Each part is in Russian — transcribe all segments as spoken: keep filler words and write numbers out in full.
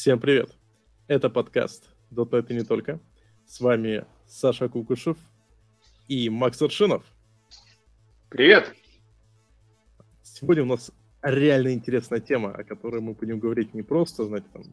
Всем привет! Это подкаст .дот нет и не только. С вами Саша Кукушев и Макс Аршинов. Привет! Сегодня у нас реально интересная тема, о которой мы будем говорить не просто, знаете, там,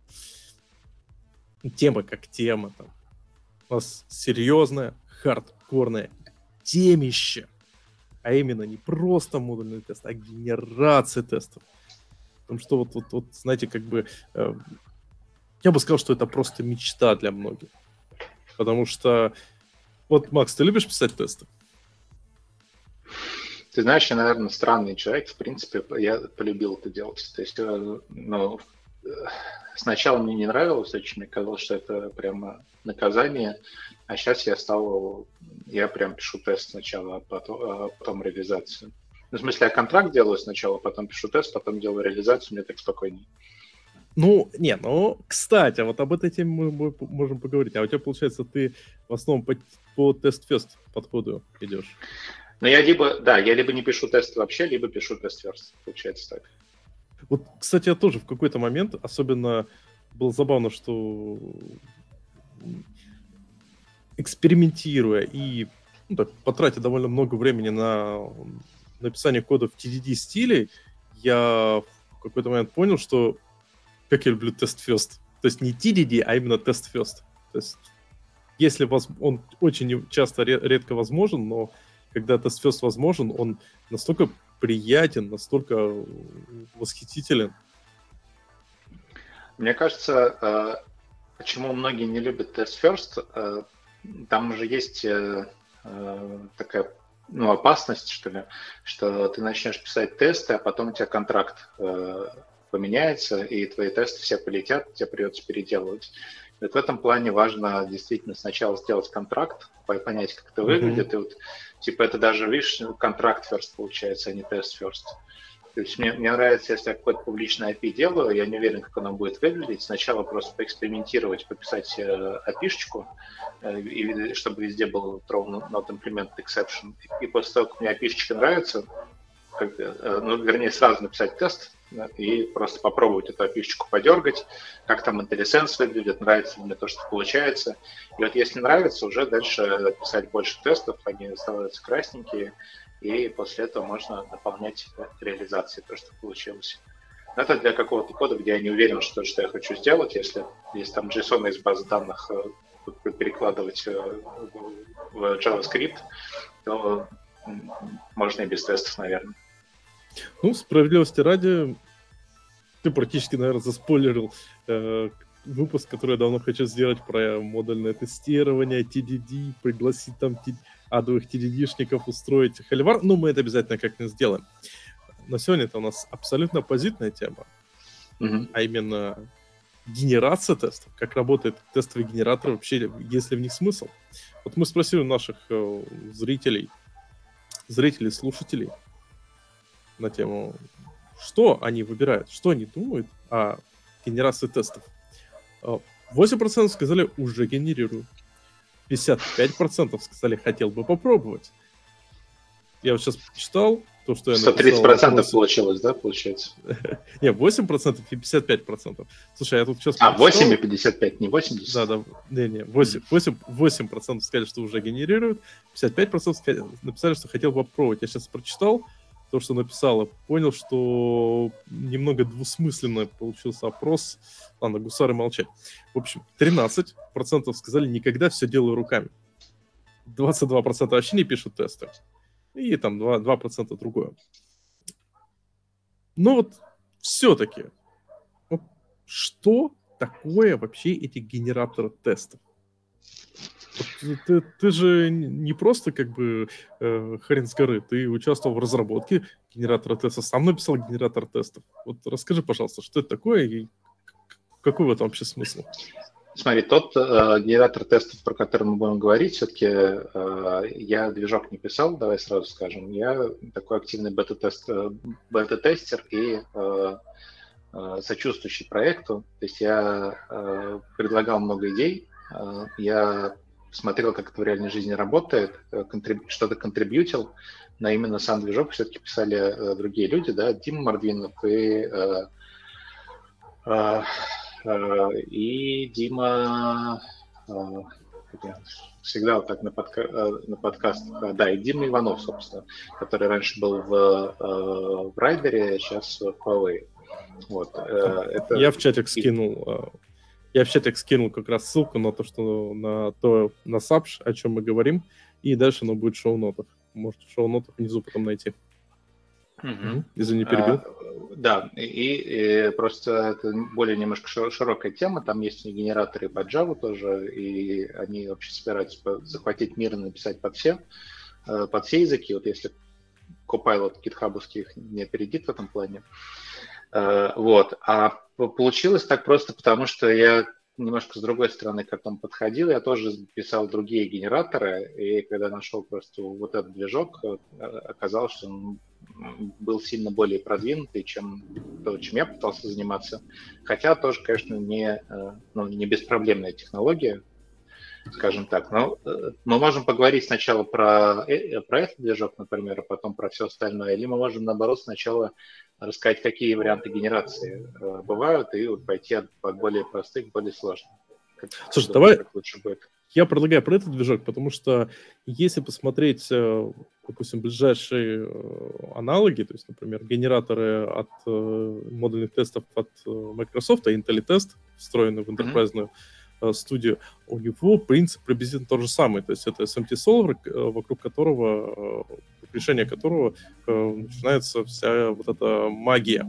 тема как тема. Там. У нас серьезное, хардкорное темище. А именно не просто модульный тест, а генерация тестов. Потому что вот, вот, вот знаете, как бы... Э, я бы сказал, что это просто мечта для многих. Потому что... Вот, Макс, ты любишь писать тесты? Ты знаешь, я, наверное, странный человек. В принципе, я полюбил это делать. То есть, ну, сначала мне не нравилось очень, мне казалось, что это прямо наказание. А сейчас я стал... Я прям пишу тест сначала, а потом, а потом реализацию. Ну, в смысле, я контракт делаю сначала, потом пишу тест, потом делаю реализацию, мне так спокойнее. Ну, не, ну, кстати, вот об этой теме мы можем поговорить. А у тебя, получается, ты в основном по, по тест-фест подходу идешь? Ну, я либо, да, я либо не пишу тест вообще, либо пишу тест-фест, получается так. Вот, кстати, я тоже в какой-то момент, особенно было забавно, что экспериментируя и ну, так, потратя довольно много времени на написание кода в ти ди ди стиле, я в какой-то момент понял, что как я люблю тест-фест. То есть не ти ди ди, а именно тест-фест. То есть если воз... он очень часто, редко возможен, но когда тест-фест возможен, он настолько приятен, настолько восхитителен. Мне кажется, почему многие не любят тест-фест, там уже есть такая ну, опасность, что ли, что ты начнешь писать тесты, а потом у тебя контракт поменяется, и твои тесты все полетят, тебе придется переделывать. Вот в этом плане важно действительно сначала сделать контракт, понять, как это выглядит, mm-hmm. и вот, типа, это даже, видишь, контракт first получается, а не тест first. То есть мне, мне нравится, если я какой-то публичный эй пи ай делаю, я не уверен, как оно будет выглядеть, сначала просто поэкспериментировать, пописать э, эй пи ай-шечку, э, и, чтобы везде был throw not implemented exception, и, и после того, как мне эй пи ай-шечка нравится, как, э, ну, вернее, сразу написать тест, и просто попробовать эту эй пи ай-шечку подергать, как там IntelliSense выглядит, нравится ли мне то, что получается. И вот если нравится, уже дальше писать больше тестов, они становятся красненькие, и после этого можно наполнять реализацией то, что получилось. Это для какого-то кода, где я не уверен, что, что я хочу сделать. Если, если там JSON из базы данных перекладывать в JavaScript, то можно и без тестов, наверное. Ну, справедливости ради, ты практически, наверное, заспойлерил э, выпуск, который я давно хочу сделать про модульное тестирование, ти ди ди, пригласить там ти- адовых ти ди ди-шников, устроить холивар. Ну, мы это обязательно как-нибудь сделаем. Но сегодня это у нас абсолютно оппозитная тема, mm-hmm. а именно генерация тестов, как работает тестовый генератор, вообще, есть ли в них смысл. Вот мы спросили у наших э, зрителей, зрителей, слушателей, на тему, что они выбирают, что они думают о генерации тестов. восемь процентов сказали, уже генерирую. пятьдесят пять процентов сказали, хотел бы попробовать. Я вот сейчас почитал то, что я написал. сто тридцать процентов получилось, да, получается? Не, восемь процентов и пятьдесят пять процентов. Слушай, я тут сейчас А, восемь и пятьдесят пять, не восемьдесят? Да, да, не, не, восемь, восемь, восемь процентов сказали, что уже генерируют, пятьдесят пять процентов написали, что хотел бы попробовать. Я сейчас прочитал то, что написала, понял, что немного двусмысленно получился опрос. Ладно, гусары молчать. В общем, тринадцать процентов сказали, никогда все делаю руками. двадцать два процента вообще не пишут тесты. И там два процента другое. Но вот все-таки, вот что такое вообще эти генераторы тестов? Вот ты, ты же не просто как бы э, хрен с горы, ты участвовал в разработке генератора тестов, сам написал генератор тестов. Вот расскажи, пожалуйста, что это такое и какой в этом вообще смысл? Смотри, тот э, генератор тестов, про который мы будем говорить, все-таки э, я движок не писал, давай сразу скажем. Я такой активный бета-тест, э, бета-тестер и э, э, сочувствующий проекту. То есть я э, предлагал много идей, э, я смотрел, как это в реальной жизни работает, контриб... что-то контрибьютил, но именно сам движок все-таки писали э, другие люди, да, Дима Мордвинов и э, э, и Дима, всегда вот так на, подка... на подкастах, да, и Дима Иванов, собственно, который раньше был в, в Райдере, сейчас в Huawei. Вот, это... Я в чатик скинул, я в чатик скинул как раз ссылку на то, что на то, на Сапш, о чем мы говорим, и дальше оно будет в шоу-нотах. Можете в шоу-нотах внизу потом найти. Угу. Извини, перебил. А, да, и, и просто это более немножко широкая тема, там есть генераторы под Java тоже, и они вообще собираются захватить мир и написать под все, под все языки, вот если Copilot гитхабовский их не опередит в этом плане. Вот, а получилось так просто потому, что я немножко с другой стороны к этому подходил, я тоже писал другие генераторы, и когда нашел просто вот этот движок, оказалось, что он был сильно более продвинутый, чем то, чем я пытался заниматься. Хотя тоже, конечно, не, ну, не беспроблемная технология, скажем так. Но мы можем поговорить сначала про, про этот движок, например, а потом про все остальное, или мы можем, наоборот, сначала рассказать, какие варианты генерации э, бывают, и вот пойти от, от более простых к более сложным. Как, Слушай, как давай как лучше будет. Я предлагаю про этот движок, потому что если посмотреть, допустим, ближайшие аналоги, то есть, например, генераторы от э, модульных тестов от Microsoft, IntelliTest, встроенный в интерпрайзную mm-hmm. студию, у него принцип приблизительно тот же самый. То есть это эс эм ти-солвер, вокруг которого, решение которого начинается вся вот эта магия.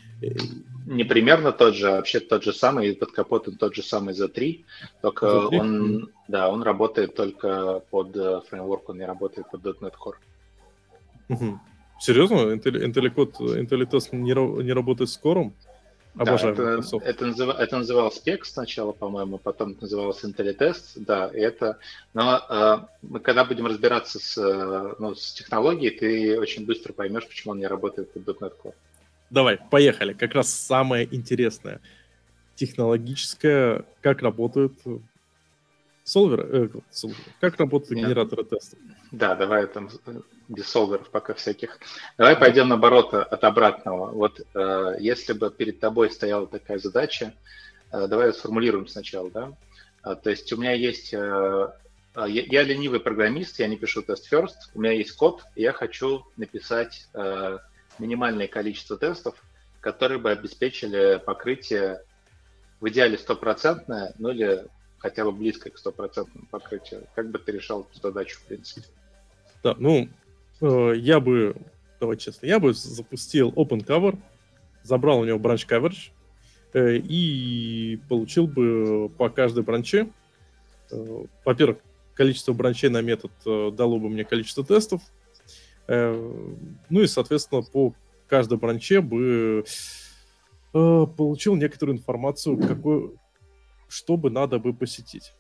Не примерно тот же, а вообще тот же самый, и под капотом тот же самый зет три, только зет три? Он, mm. да, он работает только под фреймворк, он не работает под .дот нет Core. Mm-hmm. Серьезно? IntelliCode, IntelliTest не, не работает с Core? Обожаю да, это, это, назыв, это называлось спек сначала, по-моему, потом это называлось IntelliTest, да, и это, но э, мы когда будем разбираться с, ну, с технологией, ты очень быстро поймешь, почему он не работает под .дот нет Core. Давай, поехали. Как раз самое интересное. Технологическое, как работают солверы, э, солверы как работают Нет. генераторы тестов. Да, давай там без солверов пока всяких. Давай пойдем наоборот от обратного. Вот э, если бы перед тобой стояла такая задача, э, давай ее сформулируем сначала, да? А, то есть у меня есть... Э, я, я ленивый программист, я не пишу тест first, у меня есть код, и я хочу написать... Э, минимальное количество тестов, которые бы обеспечили покрытие в идеале стопроцентное, ну или хотя бы близко к стопроцентному покрытию. Как бы ты решал эту задачу, в принципе? Да, ну, э, я бы, давай честно, я бы запустил OpenCover, забрал у него branch coverage э, и получил бы по каждой бранче, э, во-первых, количество бранчей на метод э, дало бы мне количество тестов. Ну и, соответственно, по каждой бранче бы э, получил некоторую информацию, какую, что бы надо бы посетить.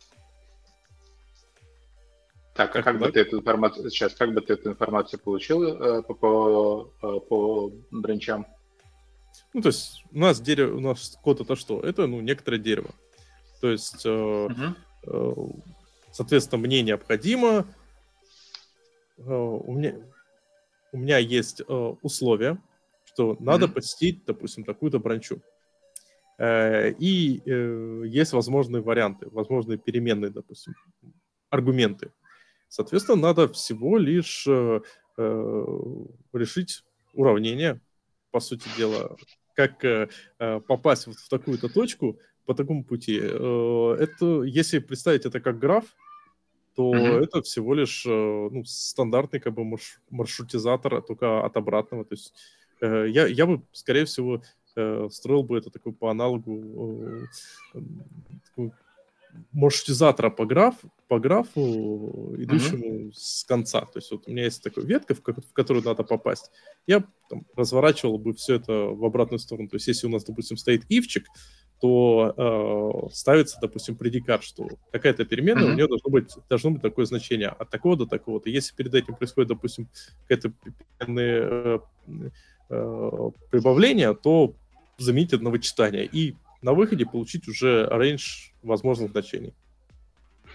Так, а как, как бы ты эту информацию сейчас, как бы ты эту информацию получил э, по, по, по бранчам? Ну, то есть у нас дерево, у нас код это что? Это, ну, некоторое дерево. То есть, э, uh-huh. э, соответственно, мне необходимо э, у меня У меня есть э, условие, что надо mm-hmm. посетить, допустим, такую-то бранчу. Э, и э, есть возможные варианты, возможные переменные, допустим, аргументы. Соответственно, надо всего лишь э, э, решить уравнение, по сути дела, как э, попасть вот в такую-то точку по такому пути. Э, это, если представить это как граф, то mm-hmm. это всего лишь ну, стандартный как бы марш- маршрутизатор, только от обратного. То есть э, я, я бы, скорее всего, э, строил бы это такой по аналогу э, э, маршрутизатора по, граф, по графу, идущему mm-hmm. с конца. То есть вот у меня есть такая ветка, в, в которую надо попасть. Я там, разворачивал бы все это в обратную сторону. То есть если у нас, допустим, стоит ивчик, то э, ставится, допустим, предикат, что какая-то переменная, mm-hmm. у нее должно быть, должно быть такое значение от такого до такого-то. Если перед этим происходит, допустим, какое-то переменное э, э, прибавление, то заменить это на вычитание и на выходе получить уже рейндж возможных значений.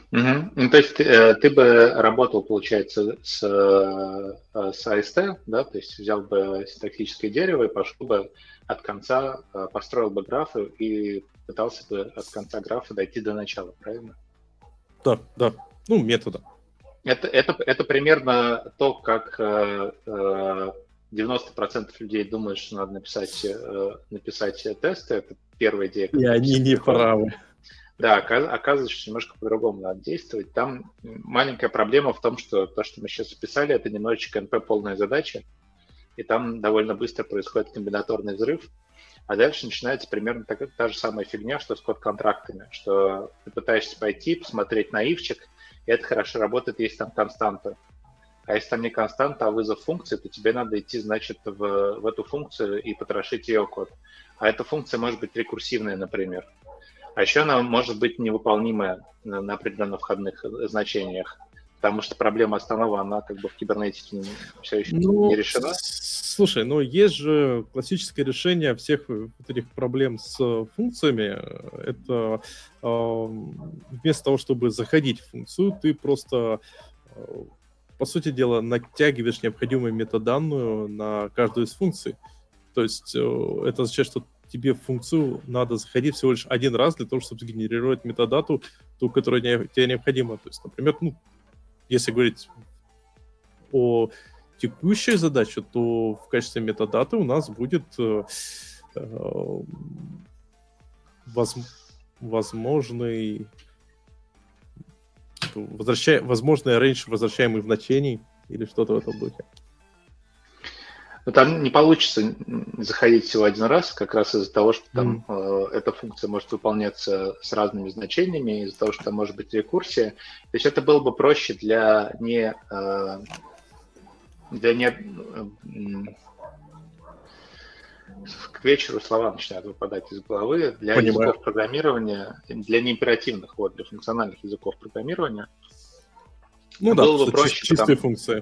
Мгм. Ну, то есть ты, э, ты бы работал, получается, с, э, с эй эс ти, да, то есть взял бы синтаксическое дерево и пошел бы от конца, э, построил бы графы и пытался бы от конца графа дойти до начала, правильно? Да, да. Ну, метода. Это, это, это примерно то, как э, э, девяносто процентов людей думают, что надо написать, э, написать тесты. Это первая идея, И которая они всем не приходит. правы. Да, ока- оказывается, что немножко по-другому надо действовать. Там маленькая проблема в том, что то, что мы сейчас описали, это немножечко эн пи полная задача, и там довольно быстро происходит комбинаторный взрыв, а дальше начинается примерно так- та же самая фигня, что с код-контрактами, что ты пытаешься пойти, посмотреть на ивчик, и это хорошо работает, если там константа. А если там не константа, а вызов функции, то тебе надо идти, значит, в, в эту функцию и потрошить ее код. А эта функция может быть рекурсивная, например. А еще она может быть невыполнимая на, на определенных входных значениях, потому что проблема останова, она как бы в кибернетике все еще не Ну, решена. с- слушай, ну есть же классическое решение всех вот этих проблем с э, функциями. Это э, вместо того, чтобы заходить в функцию, ты просто, э, по сути дела, натягиваешь необходимую метаданную на каждую из функций. То есть э, это означает, что тебе в функцию надо заходить всего лишь один раз для того, чтобы сгенерировать метадату, ту, которая не- тебе необходима. То есть, например, ну, если говорить о текущей задаче, то в качестве метадаты у нас будет э, э, воз- возможный возвращай, возможный range возвращаемых значений или что-то в этом духе. Но там не получится заходить всего один раз, как раз из-за того, что там Mm. э, эта функция может выполняться с разными значениями, из-за того, что там может быть рекурсия. То есть это было бы проще для не... Э, для не э, к вечеру слова начинают выпадать из головы. Для Понимаю. языков программирования, для неимперативных, вот, для функциональных языков программирования, Ну да, было потому бы что чис- проще, чистые потому, функции.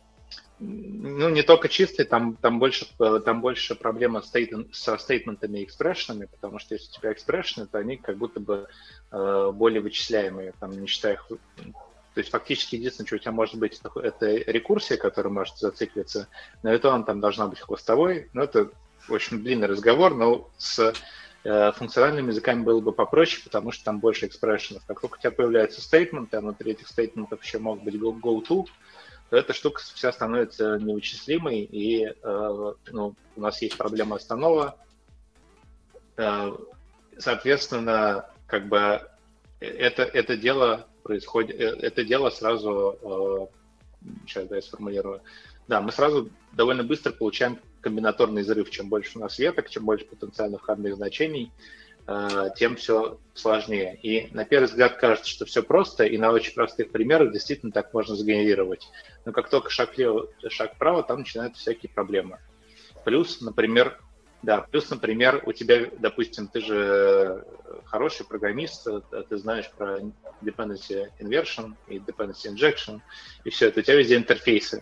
ну, не только чистые, там, там, больше, там больше проблема стейт, со стейтментами и экспрессионами, потому что если у тебя экспрессионы, то они как будто бы э, более вычисляемые, там, не считая их. То есть фактически единственное, что у тебя может быть, это рекурсия, которая может зациклиться, но это он там должна быть хвостовой. Но это очень длинный разговор, но с э, функциональными языками было бы попроще, потому что там больше экспрессионов. Как только у тебя появляются стейтменты, а внутри этих стейтментов еще могут быть go-to, то эта штука вся становится невычислимой, и э, ну, у нас есть проблема останова. Э, соответственно, как бы это, это дело происходит, это дело сразу, э, сейчас да, я сформулирую, да, мы сразу довольно быстро получаем комбинаторный взрыв. Чем больше у нас веток, чем больше потенциальных входных значений, тем все сложнее. И на первый взгляд кажется, что все просто, и на очень простых примерах действительно так можно сгенерировать. Но как только шаг влево, шаг вправо, там начинаются всякие проблемы. Плюс, например, да, плюс, например, у тебя, допустим, ты же хороший программист, ты знаешь про dependency inversion и dependency injection, и все это, у тебя везде интерфейсы.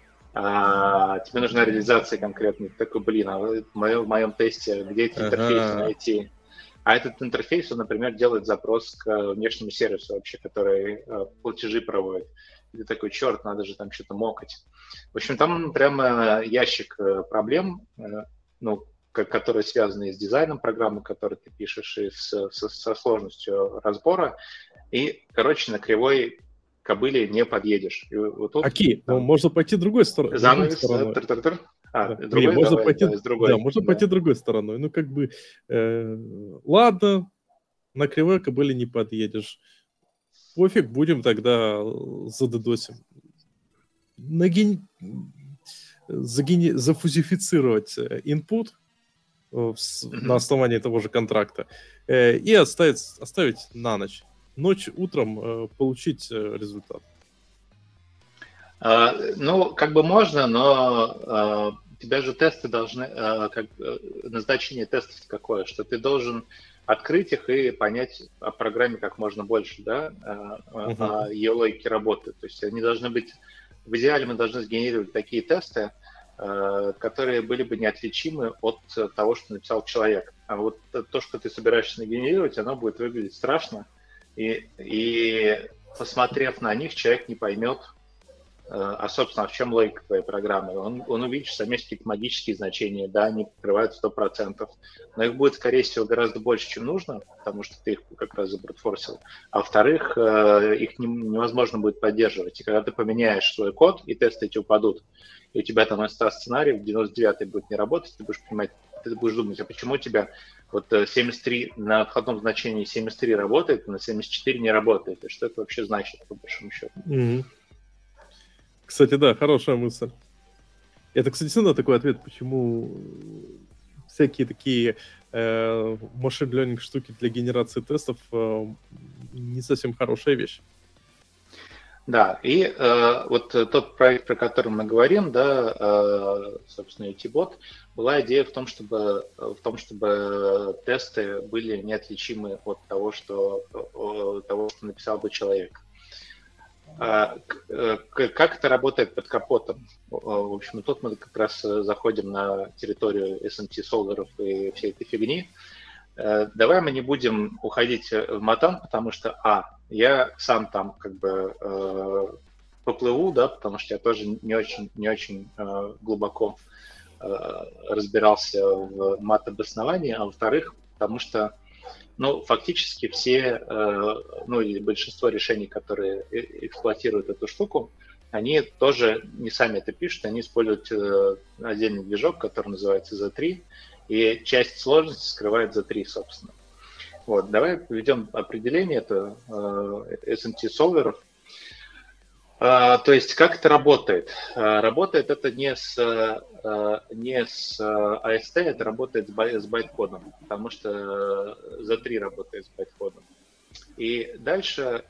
А, тебе нужна реализация конкретной. Ты такой, блин, а в моем, в моем тесте где эти интерфейсы Ага. найти? А этот интерфейс, он, например, делает запрос к внешнему сервису вообще, который э, платежи проводит. И ты такой, черт, надо же там что-то мокать. В общем, там прямо ящик э, проблем, э, ну, к- которые связаны с дизайном программы, которую ты пишешь, и с, со, со сложностью разбора. И, короче, на кривой кобыле не подъедешь. И вот тут Окей, но там, можно пойти другой, стор- другой занавес, да, стороной. тр-тр-тр. А, Да. Не, другой, можно давай, пойти, давай, с да, другой, можно пойти да. другой стороной. Ну, как бы, э, ладно, на кривой кобыле не подъедешь. Пофиг, будем тогда задедосим. Наген... Загени... Зафузифицировать input э, с- на Мгм. основании того же контракта э, и оставить, оставить на ночь. Ночь, утром э, получить э, результат. А, ну, как бы можно, но а, у тебя же тесты должны, а, как, э, назначение тестов какое, что ты должен открыть их и понять о программе как можно больше, да, а, Мгм. о ее логике работы. То есть они должны быть, в идеале мы должны сгенерировать такие тесты, а, которые были бы неотличимы от того, что написал человек. А вот то, что ты собираешься нагенерировать, оно будет выглядеть страшно, и, и посмотрев на них, человек не поймет, а, собственно, в чем логика твоей программы. Он, он увидит, что там есть какие-то магические значения, да, они покрывают сто процентов, но их будет, скорее всего, гораздо больше, чем нужно, потому что ты их как раз забрутфорсил. А во-вторых, их невозможно будет поддерживать. И когда ты поменяешь свой код, и тесты эти упадут, и у тебя там на ста сценариев, девяносто девятый будет не работать, ты будешь понимать, ты будешь думать, а почему у тебя вот семьдесят три на входном значении семьдесят три работает, а на семьдесят четыре не работает, и что это вообще значит, по большому счету? Mm-hmm. Кстати, да, хорошая мысль. Это, кстати, всегда такой ответ, почему всякие такие э, machine learning штуки для генерации тестов э, не совсем хорошая вещь. Да, и э, вот тот проект, про который мы говорим, да, э, собственно, ю ти-бот, была идея в том, чтобы в том, чтобы тесты были неотличимы от того, что от того, что написал бы человек. Как это работает под капотом? В общем, тут мы как раз заходим на территорию эс эм ти-солверов и всей этой фигни. Давай мы не будем уходить в матан, потому что, а, я сам там как бы поплыву, да, потому что я тоже не очень, не очень глубоко разбирался в мат-обосновании, а во-вторых, потому что ну, фактически все, ну, или большинство решений, которые эксплуатируют эту штуку, они тоже не сами это пишут, они используют отдельный движок, который называется зет три, и часть сложности скрывает зет три, собственно. Вот, давай введем определение, это эс эм ти-солверов. То есть как это работает? Работает это не с, не с эй эс ти, это работает с байткодом, потому что зет три работает с байткодом. И дальше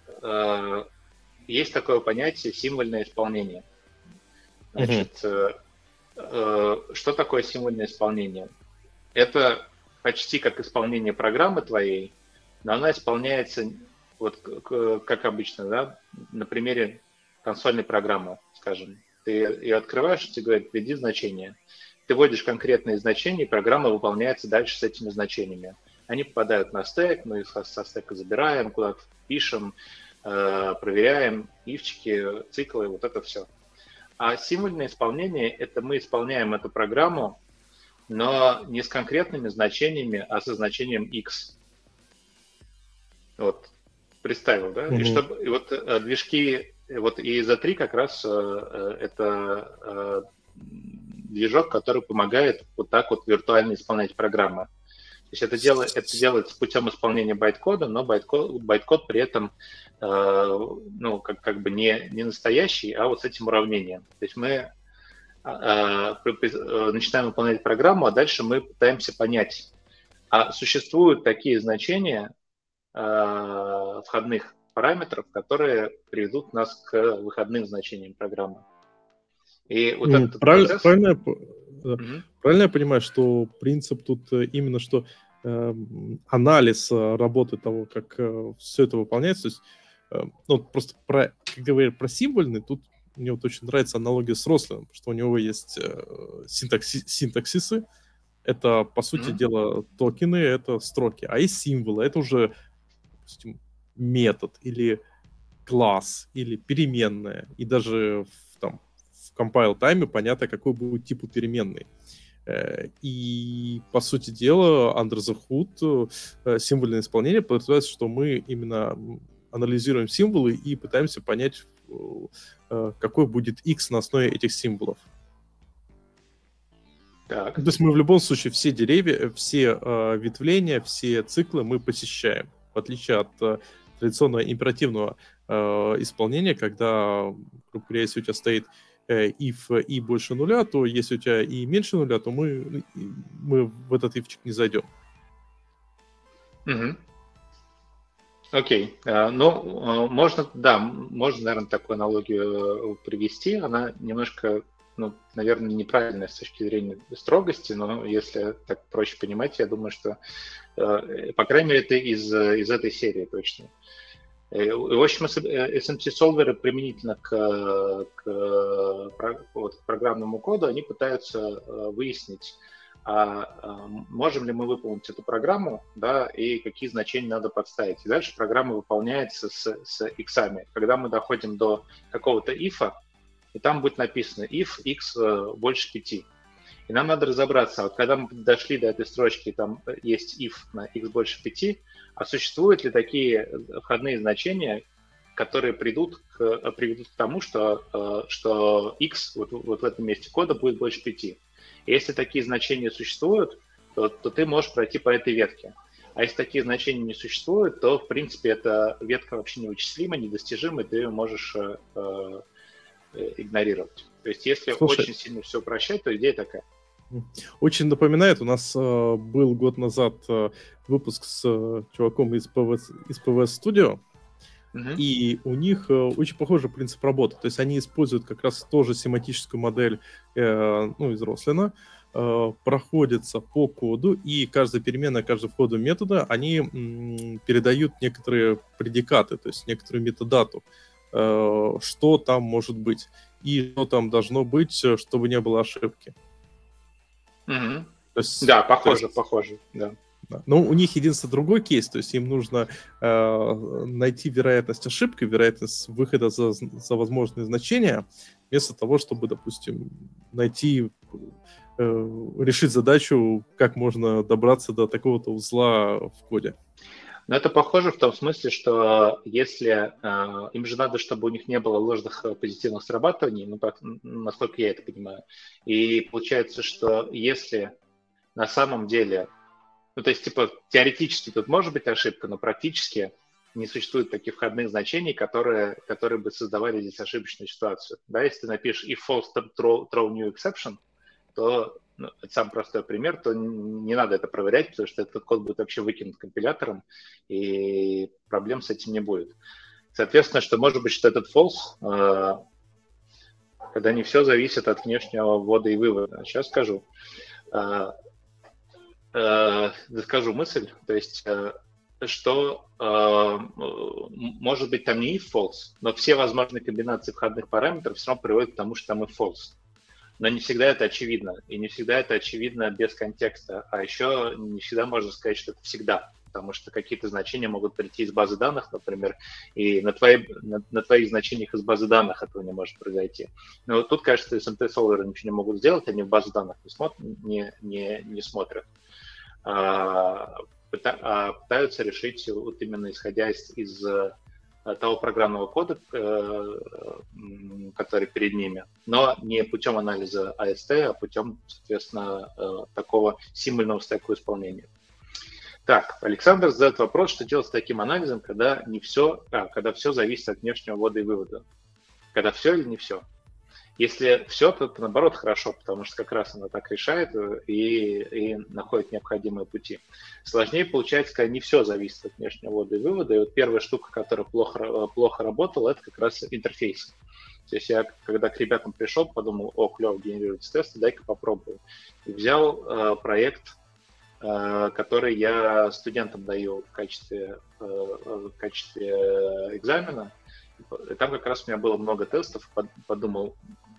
есть такое понятие символьное исполнение. Значит, uh-huh. Что такое символьное исполнение? Это почти как исполнение программы твоей, но она исполняется вот как обычно, да, на примере консольной программы, скажем. Ты ее открываешь, тебе говорят, введи значение. Ты вводишь конкретные значения, и программа выполняется дальше с этими значениями. Они попадают на стек, мы их со стека забираем, куда-то пишем, проверяем, ивчики, циклы, вот это все. А символьное исполнение – это мы исполняем эту программу, но не с конкретными значениями, а со значением x. Вот, представил, да? Mm-hmm. И чтобы и вот движки... Вот и зет три как раз э, это э, движок, который помогает вот так вот виртуально исполнять программы. То есть это, дело, это делается путем исполнения байткода, но байткод, байткод при этом э, ну, как, как бы не, не настоящий, а вот с этим уравнением. То есть мы э, э, начинаем выполнять программу, а дальше мы пытаемся понять, а существуют такие значения э, входных параметров, которые приведут нас к выходным значениям программы. И вот mm, этот правильно, процесс... Правильно, mm-hmm. правильно я понимаю, что принцип тут именно, что э, анализ работы того, как э, все это выполняется, то есть э, ну, просто про, как говорят про символьный, тут мне вот очень нравится аналогия с Рослином, что у него есть э, синтакси, синтаксисы, это, по сути mm-hmm. дела, токены, это строки, а есть символы, это уже, допустим, метод или класс или переменная, и даже в, там, в compile тайме понятно, какой будет тип у переменной. И, по сути дела, under the hood символьное исполнение подразумевает, что мы именно анализируем символы и пытаемся понять, какой будет x на основе этих символов. Так. То есть мы в любом случае все деревья, все ветвления, все циклы мы посещаем, в отличие от традиционного императивного э, исполнения, когда, грубо говоря, если у тебя стоит э, if и больше нуля, то если у тебя и меньше нуля, то мы, мы в этот ивчик не зайдем. Угу. Окей. Uh, ну, uh, можно, да, можно, наверное, такую аналогию привести. Она немножко, ну, наверное, неправильная с точки зрения строгости, но если так проще понимать, я думаю, что, uh, по крайней мере, это из, из этой серии точно. В общем, эс эм ти-солверы применительно к, к, вот, к программному коду, они пытаются выяснить, а, а можем ли мы выполнить эту программу, да, и какие значения надо подставить. И дальше программа выполняется с, с иксами. Когда мы доходим до какого-то ифа, и там будет написано if x больше пяти. И нам надо разобраться, вот когда мы дошли до этой строчки, там есть if на x больше пяти, а существуют ли такие входные значения, которые придут к, приведут к тому, что, что x вот, вот в этом месте кода будет больше пяти. И если такие значения существуют, то, то ты можешь пройти по этой ветке. А если такие значения не существуют, то, в принципе, эта ветка вообще невычислима, недостижима, и ты ее можешь э, игнорировать. То есть если Слушай, очень сильно все упрощать, то идея такая. Очень напоминает, у нас э, был год назад э, выпуск с э, чуваком из пи ви эс, из пи ви эс Studio, uh-huh. и у них э, очень похожий принцип работы. То есть они используют как раз тоже семантическую модель э, ну, из Рослина, э, проходятся по коду, и каждая переменная, каждый входу метода, они м, передают некоторые предикаты, то есть некоторую метадату, э, что там может быть, и что там должно быть, чтобы не было ошибки. Угу. То есть, да, похоже, есть, похоже, да. да. Но у них единственный другой кейс, то есть им нужно э, найти вероятность ошибки, вероятность выхода за, за возможные значения, вместо того, чтобы, допустим, найти, э, решить задачу, как можно добраться до такого-то узла в коде. Но это похоже в том смысле, что если э, им же надо, чтобы у них не было ложных позитивных срабатываний, ну, так, насколько я это понимаю. И получается, что если на самом деле, ну, то есть, типа, теоретически тут может быть ошибка, но практически не существует таких входных значений, которые, которые бы создавали здесь ошибочную ситуацию. Да, если ты напишешь if false throw, throw new exception, то ну, это самый простой пример, то не надо это проверять, потому что этот код будет вообще выкинут компилятором, и проблем с этим не будет. Соответственно, что может быть, что этот false, э, когда не все зависит от внешнего ввода и вывода. Сейчас скажу. Э, э, скажу мысль, то есть, э, что э, может быть там не if false, но все возможные комбинации входных параметров все равно приводят к тому, что там if false. Но не всегда это очевидно, и не всегда это очевидно без контекста, а еще не всегда можно сказать, что это всегда, потому что какие-то значения могут прийти из базы данных, например, и на, твои, на, на твоих значениях из базы данных этого не может произойти. Но вот тут, кажется, эс эм ти-солверы ничего не могут сделать, они в базу данных не, смотр, не, не, не смотрят, а, а пытаются решить вот именно исходя из, из того программного кода, который перед ними, но не путем анализа эй эс ти, а путем, соответственно, такого символьного стека исполнения. Так, Александр задает вопрос, что делать с таким анализом, когда не все, а, когда все зависит от внешнего ввода и вывода. Когда все или не все? Если все, то это наоборот хорошо, потому что как раз она так решает и, и находит необходимые пути. Сложнее получается, когда не все зависит от внешнего ввода и вывода. И вот первая штука, которая плохо, плохо работала, это как раз интерфейс. То есть я, когда к ребятам пришел, подумал, о, клево, генерируются тесты, дай-ка попробую. И взял э, проект, э, который я студентам даю в качестве, э, в качестве экзамена. И там как раз у меня было много тестов, подумал,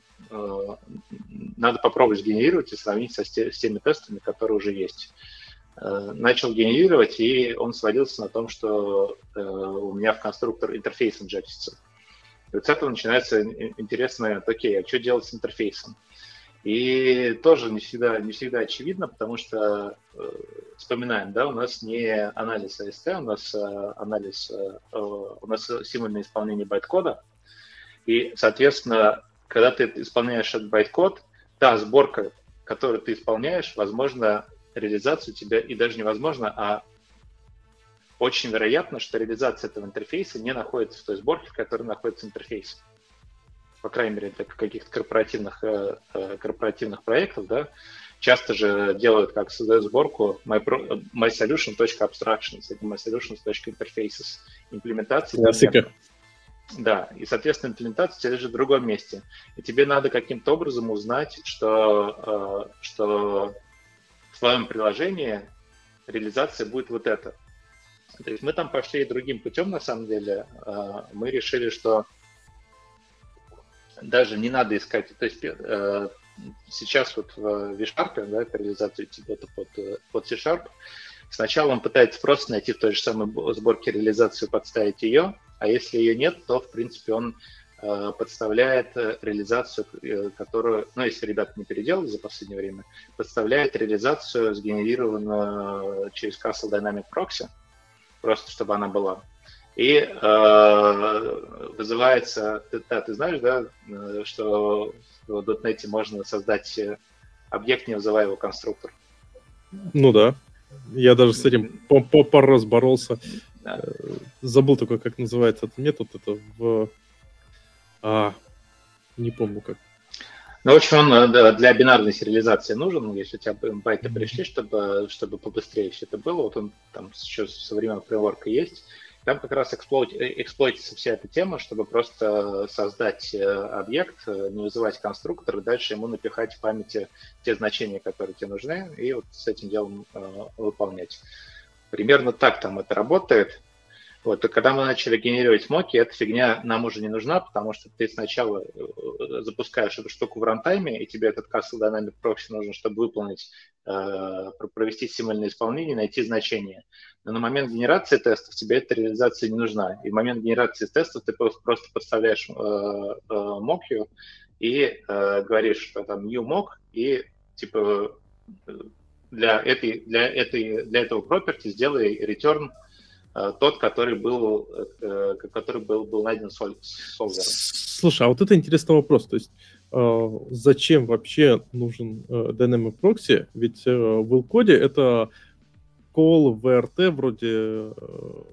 надо попробовать сгенерировать и сравнить со, с теми тестами, которые уже есть. Начал генерировать, и он сводился на том, что у меня в конструктор интерфейс инжектится. И вот с этого начинается интересный момент, окей, а что делать с интерфейсом? И тоже не всегда, не всегда очевидно, потому что, э, вспоминаем, да, у нас не анализ эй эс ти, у нас э, анализ, э, у нас символьное исполнение байт-кода, и, соответственно, когда ты исполняешь этот байт-код, та сборка, которую ты исполняешь, возможно, реализация у тебя, и даже невозможно, а очень вероятно, что реализация этого интерфейса не находится в той сборке, в которой находится интерфейс. По крайней мере, для каких-то корпоративных, э, корпоративных проектов, да, часто же делают, как создают сборку mysolution.abstractions или mysolutions.interfaces. Имплементация. Классика. Да, и, соответственно, имплементация у тебя лежит в другом месте. И тебе надо каким-то образом узнать, что, э, что в твоем приложении реализация будет вот эта. То есть мы там пошли другим путем, на самом деле. Э, мы решили, что даже не надо искать, то есть э, сейчас вот в V-Sharp, да, реализацию тибота под, под C-Sharp, сначала он пытается просто найти в той же самой сборке реализацию, подставить ее, а если ее нет, то, в принципе, он э, подставляет реализацию, э, которую, ну, если ребята не переделали за последнее время, подставляет реализацию, сгенерированную через Castle Dynamic Proxy, просто чтобы она была. И э, вызывается, ты, да, ты знаешь, да, что в .дот нет можно создать объект, не вызывая его конструктор? Ну да. Я даже с этим по, по пару раз боролся. Да. Забыл только, как называется этот метод. Это в... А, не помню как. Ну, в общем, он для бинарной сериализации нужен, если у тебя байты пришли, чтобы, чтобы побыстрее все это было. Вот он там еще со времен фреймворка есть. Там как раз эксплойтится вся эта тема, чтобы просто создать объект, не вызывать конструктор, и дальше ему напихать в памяти те значения, которые тебе нужны, и вот с этим делом э, выполнять. Примерно так там это работает. Вот, и когда мы начали генерировать моки, эта фигня нам уже не нужна, потому что ты сначала запускаешь эту штуку в рантайме, и тебе этот Castle Dynamic Proxy нужен, чтобы выполнить, э, провести символьное исполнение, найти значение. Но на момент генерации тестов тебе эта реализация не нужна. И в момент генерации тестов ты просто подставляешь э, э, mock и э, говоришь, что там new mock, и типа для, этой, для, этой, для этого property сделай return тот, который был, который был, был найден солвером. Слушай, а вот это интересный вопрос. То есть э, зачем вообще нужен э, Dynamic Proxy? Ведь э, в ил-коде это call ви ар ти вроде э,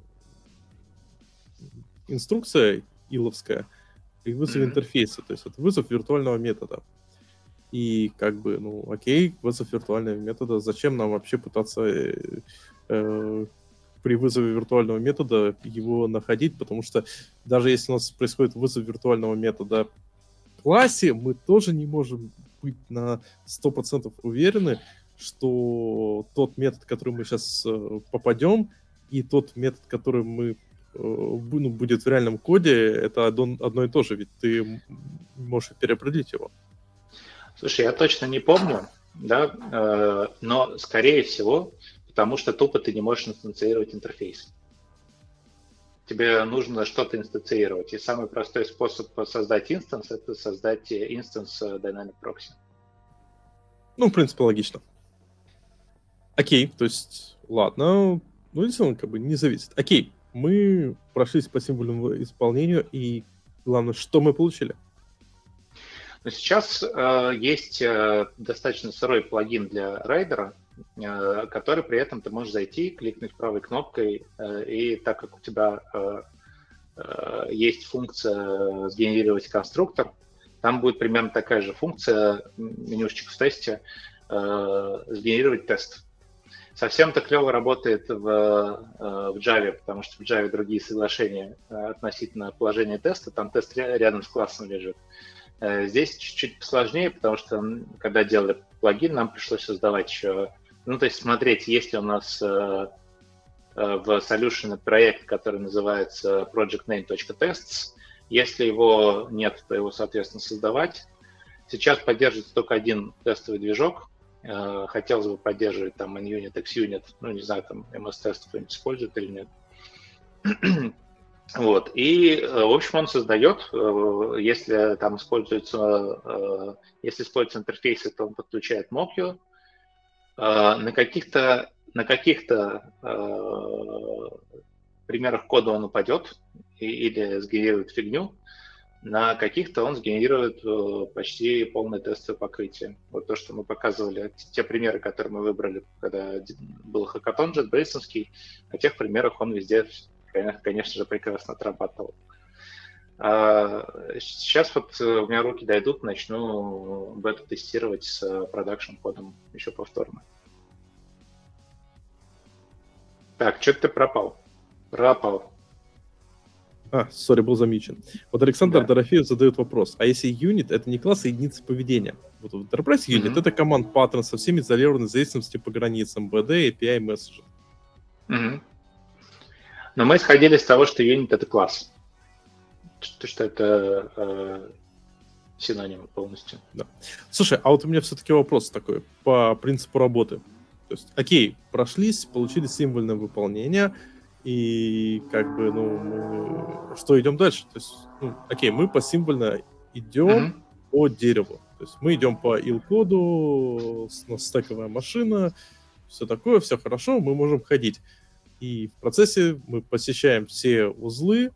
инструкция иловская и вызов mm-hmm. интерфейса. То есть это вызов виртуального метода. И как бы, ну, окей, вызов виртуального метода. Зачем нам вообще пытаться... Э, э, при вызове виртуального метода его находить, потому что даже если у нас происходит вызов виртуального метода в классе, мы тоже не можем быть на сто процентов уверены, что тот метод, который мы сейчас э, попадем, и тот метод, который мы, э, ну, будет в реальном коде, это одно, одно и то же, ведь ты можешь переопределить его. Слушай, я точно не помню, да, э, но, скорее всего, потому что тупо ты не можешь инстанцировать интерфейс. Тебе нужно что-то инстанцировать. И самый простой способ создать инстанс — это создать инстанс Dynamic Proxy. Ну, в принципе, логично. Окей, то есть, ладно, ну, действительно, как бы не зависит. Окей, мы прошлись по символьному исполнению, и главное, что мы получили? Но сейчас э, есть э, достаточно сырой плагин для райдера, который при этом ты можешь зайти, кликнуть правой кнопкой, и так как у тебя есть функция сгенерировать конструктор, там будет примерно такая же функция, менюшечек в тесте, сгенерировать тест. Совсем так клево работает в, в Java, потому что в Java другие соглашения относительно положения теста, там тест рядом с классом лежит. Здесь чуть-чуть посложнее, потому что когда делали плагин, нам пришлось создавать еще... Ну, то есть смотреть, есть ли у нас э, в Solution проект, который называется projectname.tests. Если его нет, то его, соответственно, создавать. Сейчас поддерживается только один тестовый движок. Э, хотелось бы поддерживать там MinUnit, XUnit, ну, не знаю, там эм эс-тест кто-нибудь использует или нет. Вот. И, в общем, он создает, если там используется, если используются интерфейсы, то он подключает Mockio. На каких-то, на каких-то э, примерах кода он упадет и, или сгенерирует фигню, на каких-то он сгенерирует э, почти полное тестовое покрытие. Вот то, что мы показывали, те примеры, которые мы выбрали, когда был хакатон JetBrains-овский, на тех примерах он везде, конечно же, прекрасно отрабатывал. Сейчас вот у меня руки дойдут, начну бета-тестировать с продакшн-кодом еще повторно. Так, что-то ты пропал. Пропал. А, сори, был замечен. Вот Александр Да. Дорофеев задает вопрос. А если юнит — это не класс, а единица поведения? Вот Enterprise Unit mm-hmm. — это команд паттерн со всеми изолированными зависимостями по границам, би ди, эй пи ай, месседжи. Mm-hmm. Но мы исходили из того, что юнит — это класс. Что, что это... Э, синонимы полностью. Да. Слушай, а вот у меня все-таки вопрос такой по принципу работы. То есть, окей, прошлись, получили символьное выполнение, и как бы, ну, мы... что идем дальше? То есть, ну, окей, мы посимвольно идем Мгм. по дереву. То есть мы идем по ил-коду, с- у нас стековая машина, все такое, все хорошо, мы можем ходить. И в процессе мы посещаем все узлы,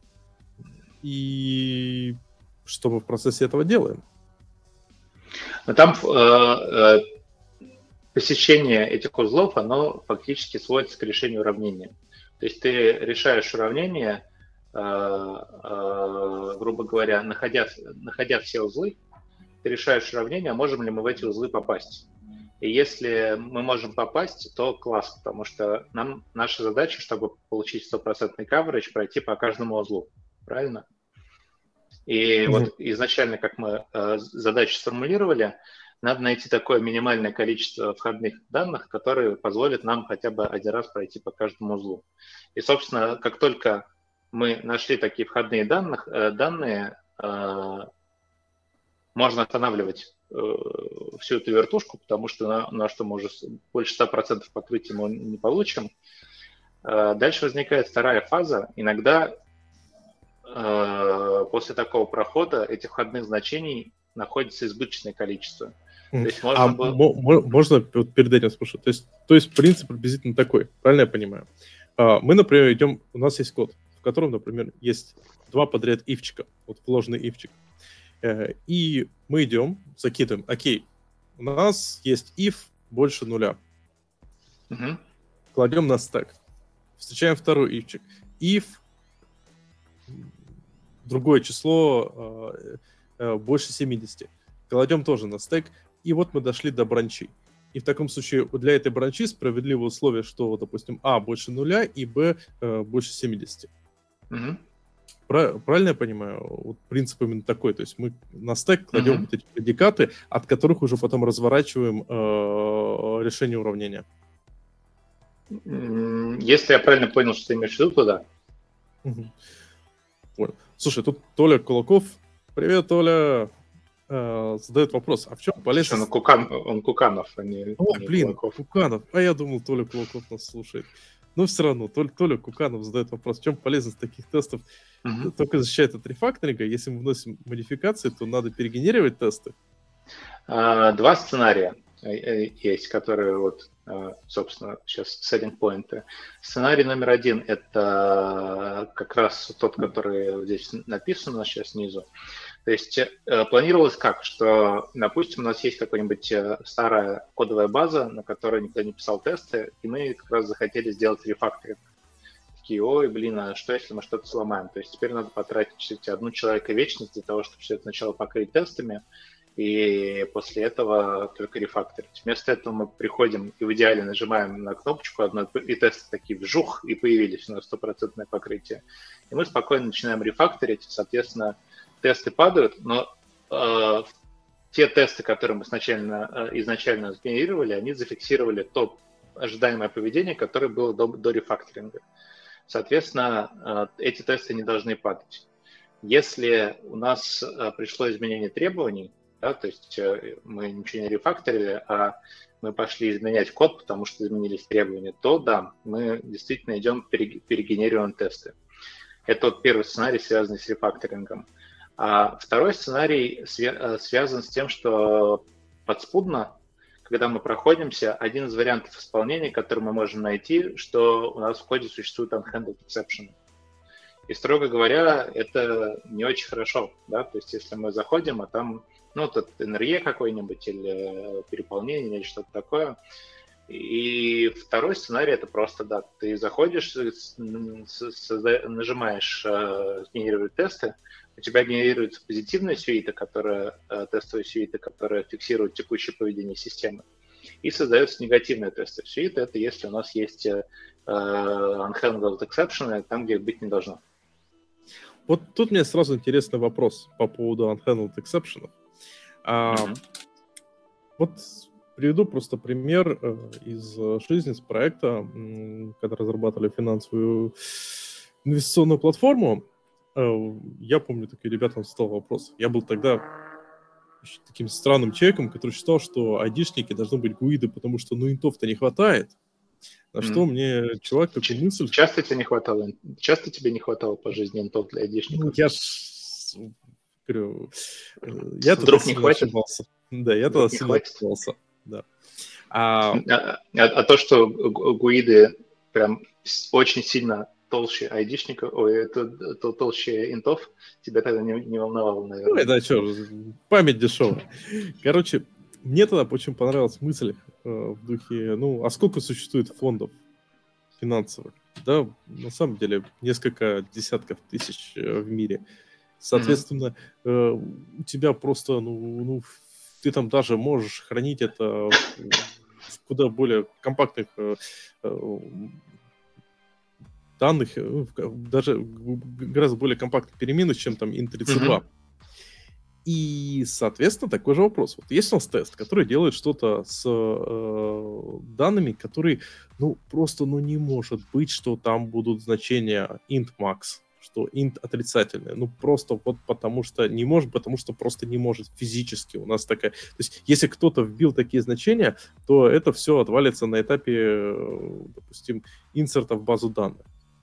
и что мы в процессе этого делаем? Но там э, э, посещение этих узлов, оно фактически сводится к решению уравнения. То есть ты решаешь уравнение, э, э, грубо говоря, находя, находя все узлы, ты решаешь уравнение, а можем ли мы в эти узлы попасть. И если мы можем попасть, то класс, потому что нам наша задача, чтобы получить стопроцентный coverage, пройти по каждому узлу. Правильно? И Мгм. вот изначально, как мы э, задачу сформулировали, надо найти такое минимальное количество входных данных, которые позволят нам хотя бы один раз пройти по каждому узлу. И, собственно, как только мы нашли такие входные данных, э, данные, э, можно останавливать э, всю эту вертушку, потому что на, на что мы уже больше ста процентов покрытия мы не получим. Э, дальше возникает вторая фаза. Иногда э, после такого прохода этих входных значений находится избыточное количество. Мгм. То есть А можно было... мо- мо- можно вот перед этим спрошу? То есть, то есть принцип приблизительно такой, правильно я понимаю? А, Мы, например, идем, у нас есть код, в котором, например, есть два подряд ивчика, вот вложенный ивчик. Э, И мы идем, закидываем, окей, у нас есть if больше нуля, Мгм. кладем на стек, встречаем второй ивчик, if другое число э, э, больше семидесяти, кладем тоже на стек, и вот мы дошли до бранчей. И в таком случае для этой бранчи справедливое условие, что, допустим, А больше нуля и Б э, больше семидесяти. Мгм. Пра- Правильно я понимаю? Вот принцип именно такой. То есть мы на стек кладем Мгм. вот эти предикаты, от которых уже потом разворачиваем э, решение уравнения. М, Если я правильно понял, что ты имеешь в виду, то да. Мгм. Понял. Слушай, тут Толя Кулаков. Привет, Толя. Э, задает вопрос, а в чем Слушай, он, полезность... Кукан, он Куканов, а не, Ох, не блин, Кулаков. Куканов. А я думал, Толя Кулаков нас слушает. Но все равно, Толя, Толя Куканов задает вопрос, в чем полезность таких тестов? Мгм. Только защищает от рефакторинга. Если мы вносим модификации, то надо перегенерировать тесты. А, Два сценария э, э, есть, которые вот, э, собственно, сейчас selling point. Сценарий номер один – это как раз тот, который здесь написан у нас сейчас снизу. То есть э, планировалось как, что, допустим, у нас есть какая-нибудь э, старая кодовая база, на которой никто не писал тесты, и мы как раз захотели сделать рефакторинг. Такие, ой, блин, а что если мы что-то сломаем? То есть теперь надо потратить кстати, одну человека вечность для того, чтобы все это сначала покрыть тестами, и после этого только рефакторить. Вместо этого мы приходим и в идеале нажимаем на кнопочку одну, и тесты такие вжух, и появились у нас стопроцентное покрытие. И мы спокойно начинаем рефакторить, соответственно, тесты падают, но э, те тесты, которые мы изначально, э, изначально сгенерировали, они зафиксировали то ожидаемое поведение, которое было до, до рефакторинга. Соответственно, э, эти тесты не должны падать. Если у нас э, пришло изменение требований, да, то есть э, мы ничего не рефакторили, а мы пошли изменять код, потому что изменились требования, то да, мы действительно идем перегенерируем тесты. Это вот первый сценарий, связанный с рефакторингом. А второй сценарий свя- связан с тем, что подспудно, когда мы проходимся, один из вариантов исполнения, который мы можем найти, что у нас в коде существует unhandled exception. И, строго говоря, это не очень хорошо, да, то есть если мы заходим, а там, ну, тут эн эр и какой-нибудь или переполнение или что-то такое. И второй сценарий это просто, да, ты заходишь, нажимаешь э, генерировать тесты, у тебя генерируется позитивная сюита, которая, э, тестовая сюита, которая фиксирует текущее поведение системы, и создается негативная тестовая сюита, это если у нас есть э, unhandled exception, там, где их быть не должно. Вот тут мне сразу интересный вопрос по поводу unhandled exception. А, Mm-hmm. Вот приведу просто пример э, из жизни, с проекта, когда разрабатывали финансовую инвестиционную платформу. Э, я помню, такие ребятам задал вопрос. Я был тогда таким странным человеком, который считал, что айдишники должны быть гуиды, потому что ну интов-то не хватает. На mm. что мне чувак такую мысль... Часто тебе не хватало? Часто тебе не хватало по жизни интов для айдишников? Ну, я ж... Говорю, я Вдруг тогда не хватит? Ошибался. Да, я Вдруг тогда сильно ошибался. Да. А... А, а, а то, что гуиды прям очень сильно толще айдишников, ой, то, то, толще интов, тебя тогда не, не волновало, наверное. Ну, это что, память дешевая. Короче, мне тогда очень понравилась мысль э, в духе, ну, а сколько существует фондов финансовых? Да, на самом деле, несколько десятков тысяч э, в мире. Соответственно, mm-hmm. э, у тебя просто, ну, ну, ты там даже можешь хранить это в, в куда более компактных э, э, данных, даже гораздо более компактных переменных, чем там int тридцать два. Mm-hmm. И, соответственно, такой же вопрос. Вот есть у нас тест, который делает что-то с э, данными, которые, ну, просто, ну, не может быть, что там будут значения int max, что int отрицательное. Ну, просто вот потому что не может, потому что просто не может физически. У нас такая... То есть, если кто-то вбил такие значения, то это все отвалится на этапе, допустим, инсерта в базу данных.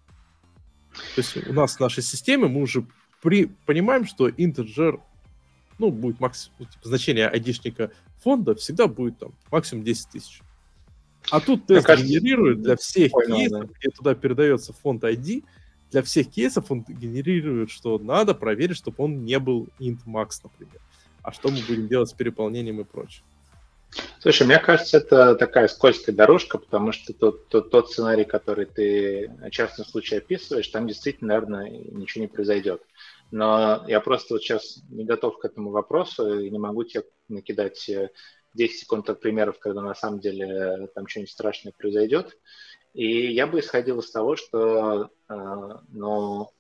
То есть у нас в нашей системе мы уже при... понимаем, что integer, ну, будет максимум, ну, типа, значение айдишника фонда всегда будет там максимум десять тысяч. А тут тест кажется, генерирует для всех понял, кейсов, да. где туда передается фонд ай ди, для всех кейсов он генерирует, что надо проверить, чтобы он не был int max, например. А что мы будем делать с переполнением и прочее? Слушай, мне кажется, это такая скользкая дорожка, потому что тот, тот, тот сценарий, который ты в частном случае описываешь, там действительно, наверное, ничего не произойдет. Но я просто вот сейчас не готов к этому вопросу и не могу тебе накидать десять секунд от примеров, когда на самом деле там что-нибудь страшное произойдет. И я бы исходил из того, что э, ну,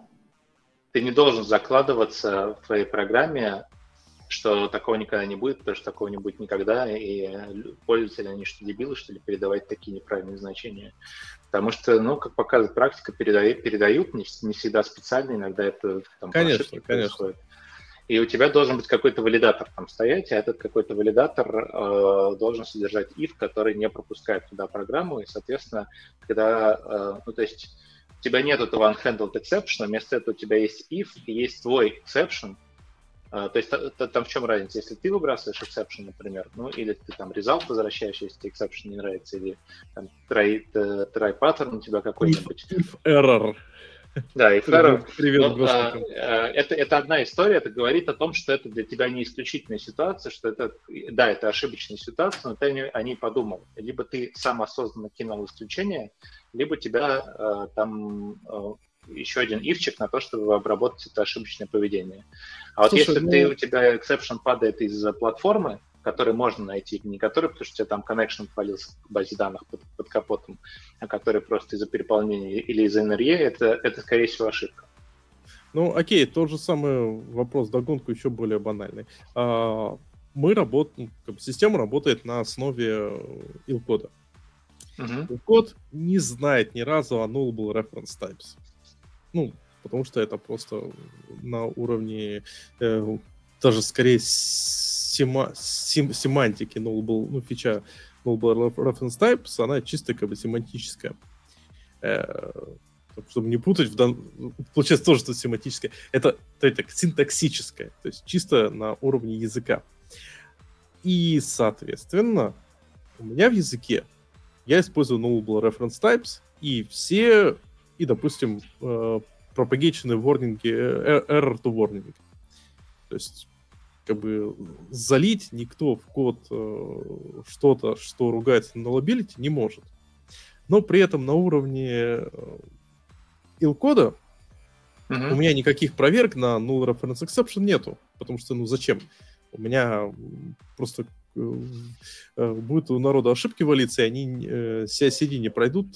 ты не должен закладываться в твоей программе, что такого никогда не будет, потому что такого не будет никогда, и пользователи, они что, дебилы, что ли, передавать такие неправильные значения? Потому что, ну, как показывает практика, передают, передают не, не всегда специально, иногда это там конечно, ошибки конечно. происходят. И у тебя должен быть какой-то валидатор там стоять, а этот какой-то валидатор э, должен содержать if, который не пропускает туда программу, и, соответственно, когда, э, ну, то есть у тебя нет этого unhandled exception, вместо этого у тебя есть if, и есть твой exception. Uh, то есть то, то, там в чем разница? Если ты выбрасываешь exception, например, ну или ты там result возвращаешь, если тебе exception не нравится, или там try, try pattern у тебя какой-нибудь. If, if error. Да, if error. Привет, Но, а, а, это, это одна история, это говорит о том, что это для тебя не исключительная ситуация, что это, да, это ошибочная ситуация, но ты о ней подумал. Либо ты сам осознанно кинул исключение, либо тебя а, там... А, еще один ивчик на то, чтобы обработать это ошибочное поведение. А Слушай, вот если ну... ты, у тебя exception падает из платформы, который можно найти, не который, потому что у тебя там connection отвалился к базе данных под, под капотом, а который просто из-за переполнения или из-за эн эр и, это, это, скорее всего, ошибка. Ну, окей, тот же самый вопрос, догонку еще более банальный. А, мы работаем, как бы, система работает на основе ил-кода. Uh-huh. ил-код не знает ни разу unknowable reference types. Ну, потому что это просто на уровне э, даже скорее сема, сем, семантики nullable, ну, фича nullable reference types, она чисто как бы семантическая. Э, чтобы не путать, в дан... получается тоже что семантическое. Это, это синтаксическое, то есть чисто на уровне языка. И, соответственно, у меня в языке я использую nullable reference types, и все... и, допустим, пропагейченные ворнинги, error to warning. То есть, как бы, залить никто в код что-то, что ругается на nullability, не может. Но при этом на уровне ил-кода uh-huh. у меня никаких проверок на null reference exception нету. Потому что, ну, зачем? У меня просто будет у народа ошибки валиться, и они си ай си ди не пройдут,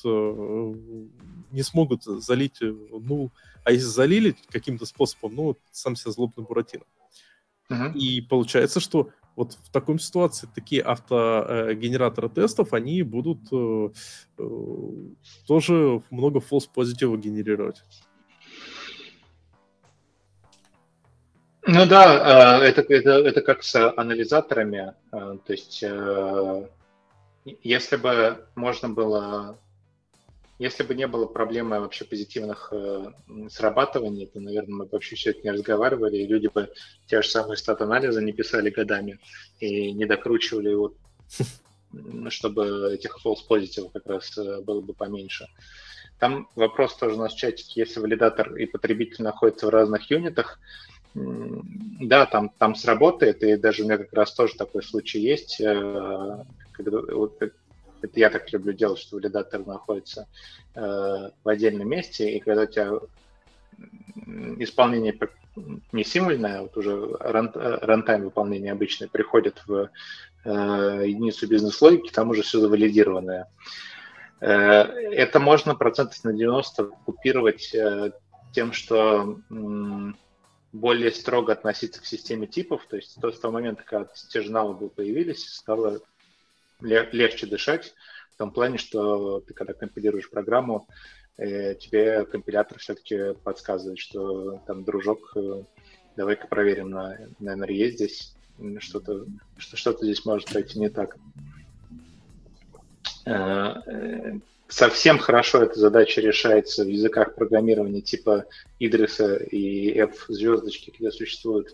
не смогут залить null. А если залили каким-то способом, ну, сам себе злобный Буратино. Uh-huh. И получается, что вот в такой ситуации такие автогенераторы тестов, они будут э, э, тоже много false positive генерировать. Ну да, э, это, это, это как с анализаторами. э, То есть, э, если бы можно было, если бы не было проблемы вообще позитивных э, м, срабатываний, то, наверное, мы бы вообще все это не разговаривали, и люди бы те же самые стат-анализы не писали годами и не докручивали его, м, чтобы этих false positive как раз э, было бы поменьше. Там вопрос тоже у нас в чатике, если валидатор и потребитель находятся в разных юнитах, м, да, там, там сработает, и даже у меня как раз тоже такой случай есть, э, когда, вот, э, это я так люблю делать, что валидатор находится э, в отдельном месте, и когда у тебя м, исполнение п- не символьное, а вот уже ран- э, рантайм выполнение обычное приходит в э, единицу бизнес-логики, там уже все завалидированное. Э, Это можно процентов на девяносто купировать э, тем, что м, более строго относиться к системе типов. То есть то, с того момента, когда те же налобы появились, стало ле- легче дышать в том плане, что ты когда компилируешь программу, э, тебе компилятор все-таки подсказывает, что там, дружок, э, давай-ка проверим на, на эн эр и здесь, м, что-то, что, что-то здесь может пойти не так. Э, э, Совсем хорошо эта задача решается в языках программирования типа Идриса и F звездочки, где существуют,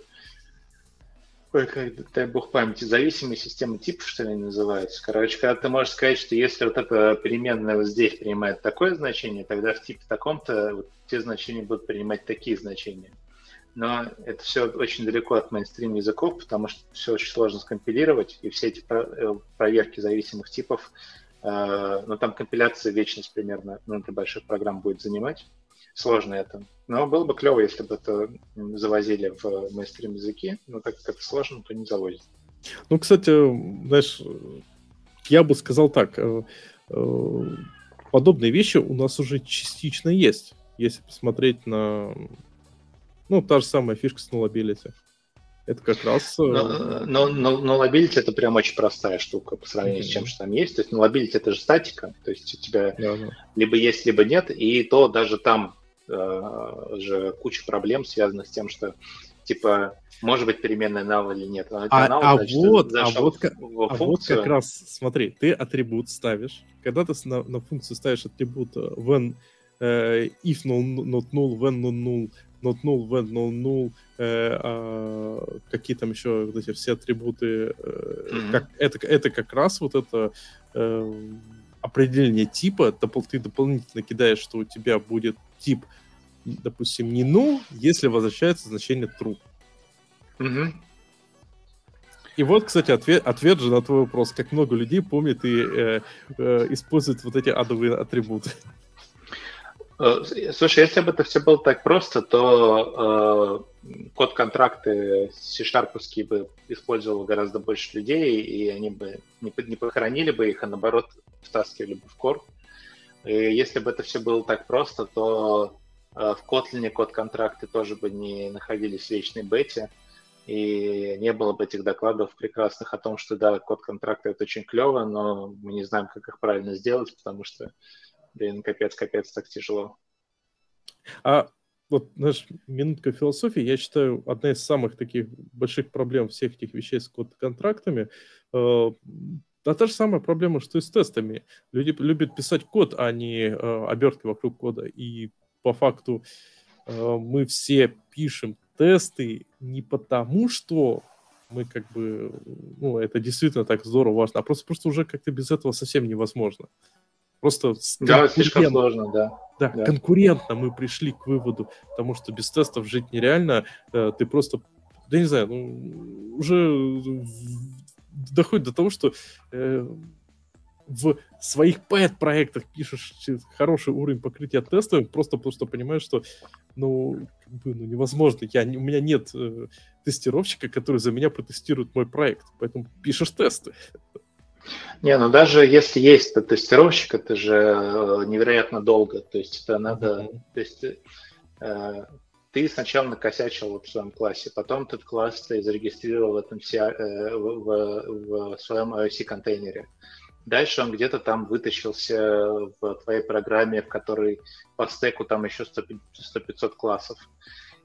ой, как, дай бог памяти, зависимые системы типов, что они называются. Короче, когда ты можешь сказать, что если вот эта переменная вот здесь принимает такое значение, тогда в типе таком-то вот те значения будут принимать такие значения. Но это все очень далеко от мейнстрим языков, потому что все очень сложно скомпилировать, и все эти про- э, проверки зависимых типов, э, ну там компиляция вечность примерно внутри больших программ будет занимать. Сложно это. Но было бы клево, если бы это м, завозили в мейнстрим языки, но так как это сложно, то не завозят. Ну, кстати, знаешь, я бы сказал так, э, э, подобные вещи у нас уже частично есть, если посмотреть на, ну, та же самая фишка с nullability. Это как раз... э, Но, но, но, но lability это прям очень простая штука по сравнению с чем, мгм. что там есть. То есть lability это же статика, то есть у тебя Да, да. либо есть, либо нет, и то даже там э, же куча проблем связанных с тем, что типа может быть переменная null или нет. А у тебя А, null, а значит, ты вот, а зашел вот, ка- в, в а вот как функцию. раз, смотри, ты атрибут ставишь, когда ты с- на, на функцию ставишь атрибут э, when э, if null not null, when null null, not null, when null null, э, а, какие там еще вот эти все атрибуты, э, Мгм. как, это, это как раз вот это э, определение типа, допол- ты дополнительно кидаешь, что у тебя будет тип, допустим, не null, если возвращается значение true. Мгм. И вот, кстати, ответ, ответ же на твой вопрос. Как много людей помнит и э, э, использует вот эти адовые атрибуты. Э, Слушай, если бы это все было так просто, то э, код контракты C-шарповские бы использовал гораздо больше людей, и они бы не, по- не похоронили бы их, а наоборот втаскивали бы в кор. И если бы это все было так просто, то э, в Kotlin код контракты тоже бы не находились в вечной бете, и не было бы этих докладов прекрасных о том, что да, код контракта это очень клево, но мы не знаем, как их правильно сделать, потому что, блин, капец-капец, так тяжело. А вот, знаешь, минутка философии, я считаю, одна из самых таких больших проблем всех этих вещей с код-контрактами, э, да та же самая проблема, что и с тестами. Люди любят писать код, а не э, обертки вокруг кода. И по факту э, мы все пишем тесты не потому, что мы как бы, ну, это действительно так здорово, важно, а просто, просто уже как-то без этого совсем невозможно. Просто с Да, слишком конкурент, сложно, да. да, Да. конкурентно мы пришли к выводу, потому что без тестов жить нереально. Э, Ты просто, да не знаю, ну, уже в- доходит до того, что э, в своих пэт-проектах пишешь ч- хороший уровень покрытия тестами, просто просто понимаешь, что ну, как бы, ну невозможно. Я, не- у меня нет э, тестировщика, который за меня протестирует мой проект, поэтому пишешь тесты. Не, ну даже если есть этот тестировщик, это же э, невероятно долго. То есть это надо... Мгм. То есть э, ты сначала накосячил вот в своем классе, потом этот класс ты зарегистрировал в этом си ай, э, в, в- в своем ай о си-контейнере. Дальше он где-то там вытащился в твоей программе, в которой по стеку там еще сто пятьсот классов.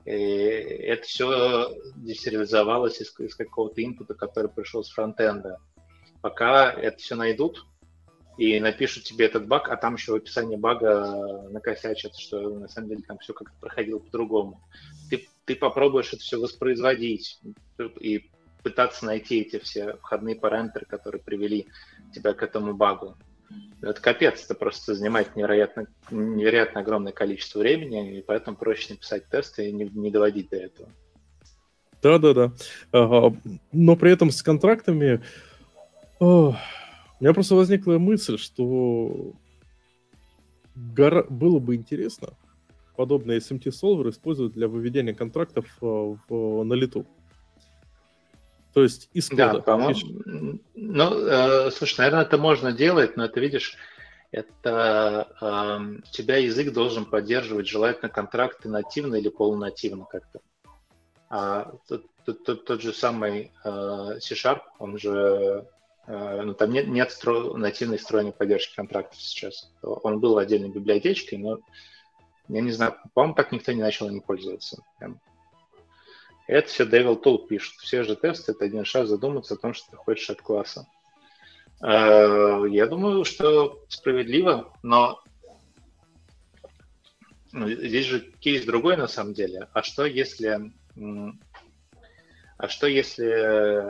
И это все десериализовалось из, из какого-то инпута, который пришел с фронтенда. Пока это все найдут и напишут тебе этот баг, а там еще в описании бага накосячат, что на самом деле там все как-то проходило по-другому. Ты, ты попробуешь это все воспроизводить и пытаться найти эти все входные параметры, которые привели тебя к этому багу. Это капец, это просто занимает невероятно, невероятно огромное количество времени, и поэтому проще написать тесты и не, не доводить до этого. Да-да-да. Ага. Но при этом с контрактами о, у меня просто возникла мысль, что гора... было бы интересно подобный эс эм ти-солвер использовать для выведения контрактов в, в, на лету. То есть из кода. Да, по-моему. Ну, э, слушай, наверное, это можно делать, но это, видишь, это э, у тебя язык должен поддерживать желательно контракты нативно или полунативно как-то. А тот, тот, тот, тот же самый э, C-Sharp, он же, э, ну, там нет, нет стро... нативной встроенной поддержки контрактов сейчас. Он был отдельной библиотечкой, но я не знаю, по-моему, так никто не начал им пользоваться. Прям. Это все Devil Tool пишет. Все же тесты — это один шаг задуматься о том, что ты хочешь от класса. Я думаю, что справедливо, но здесь же кейс другой на самом деле. А что если... А что если...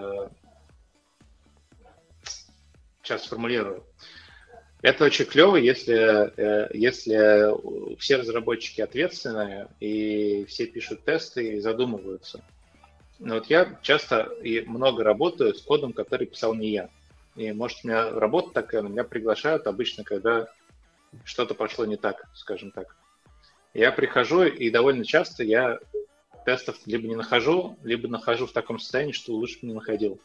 Сейчас сформулирую. Это очень клево, если, если все разработчики ответственные, и все пишут тесты и задумываются. Но вот я часто и много работаю с кодом, который писал не я. И, может, у меня работа такая, но меня приглашают обычно, когда что-то пошло не так, скажем так. Я прихожу, и довольно часто я тестов либо не нахожу, либо нахожу в таком состоянии, что лучше бы не находил.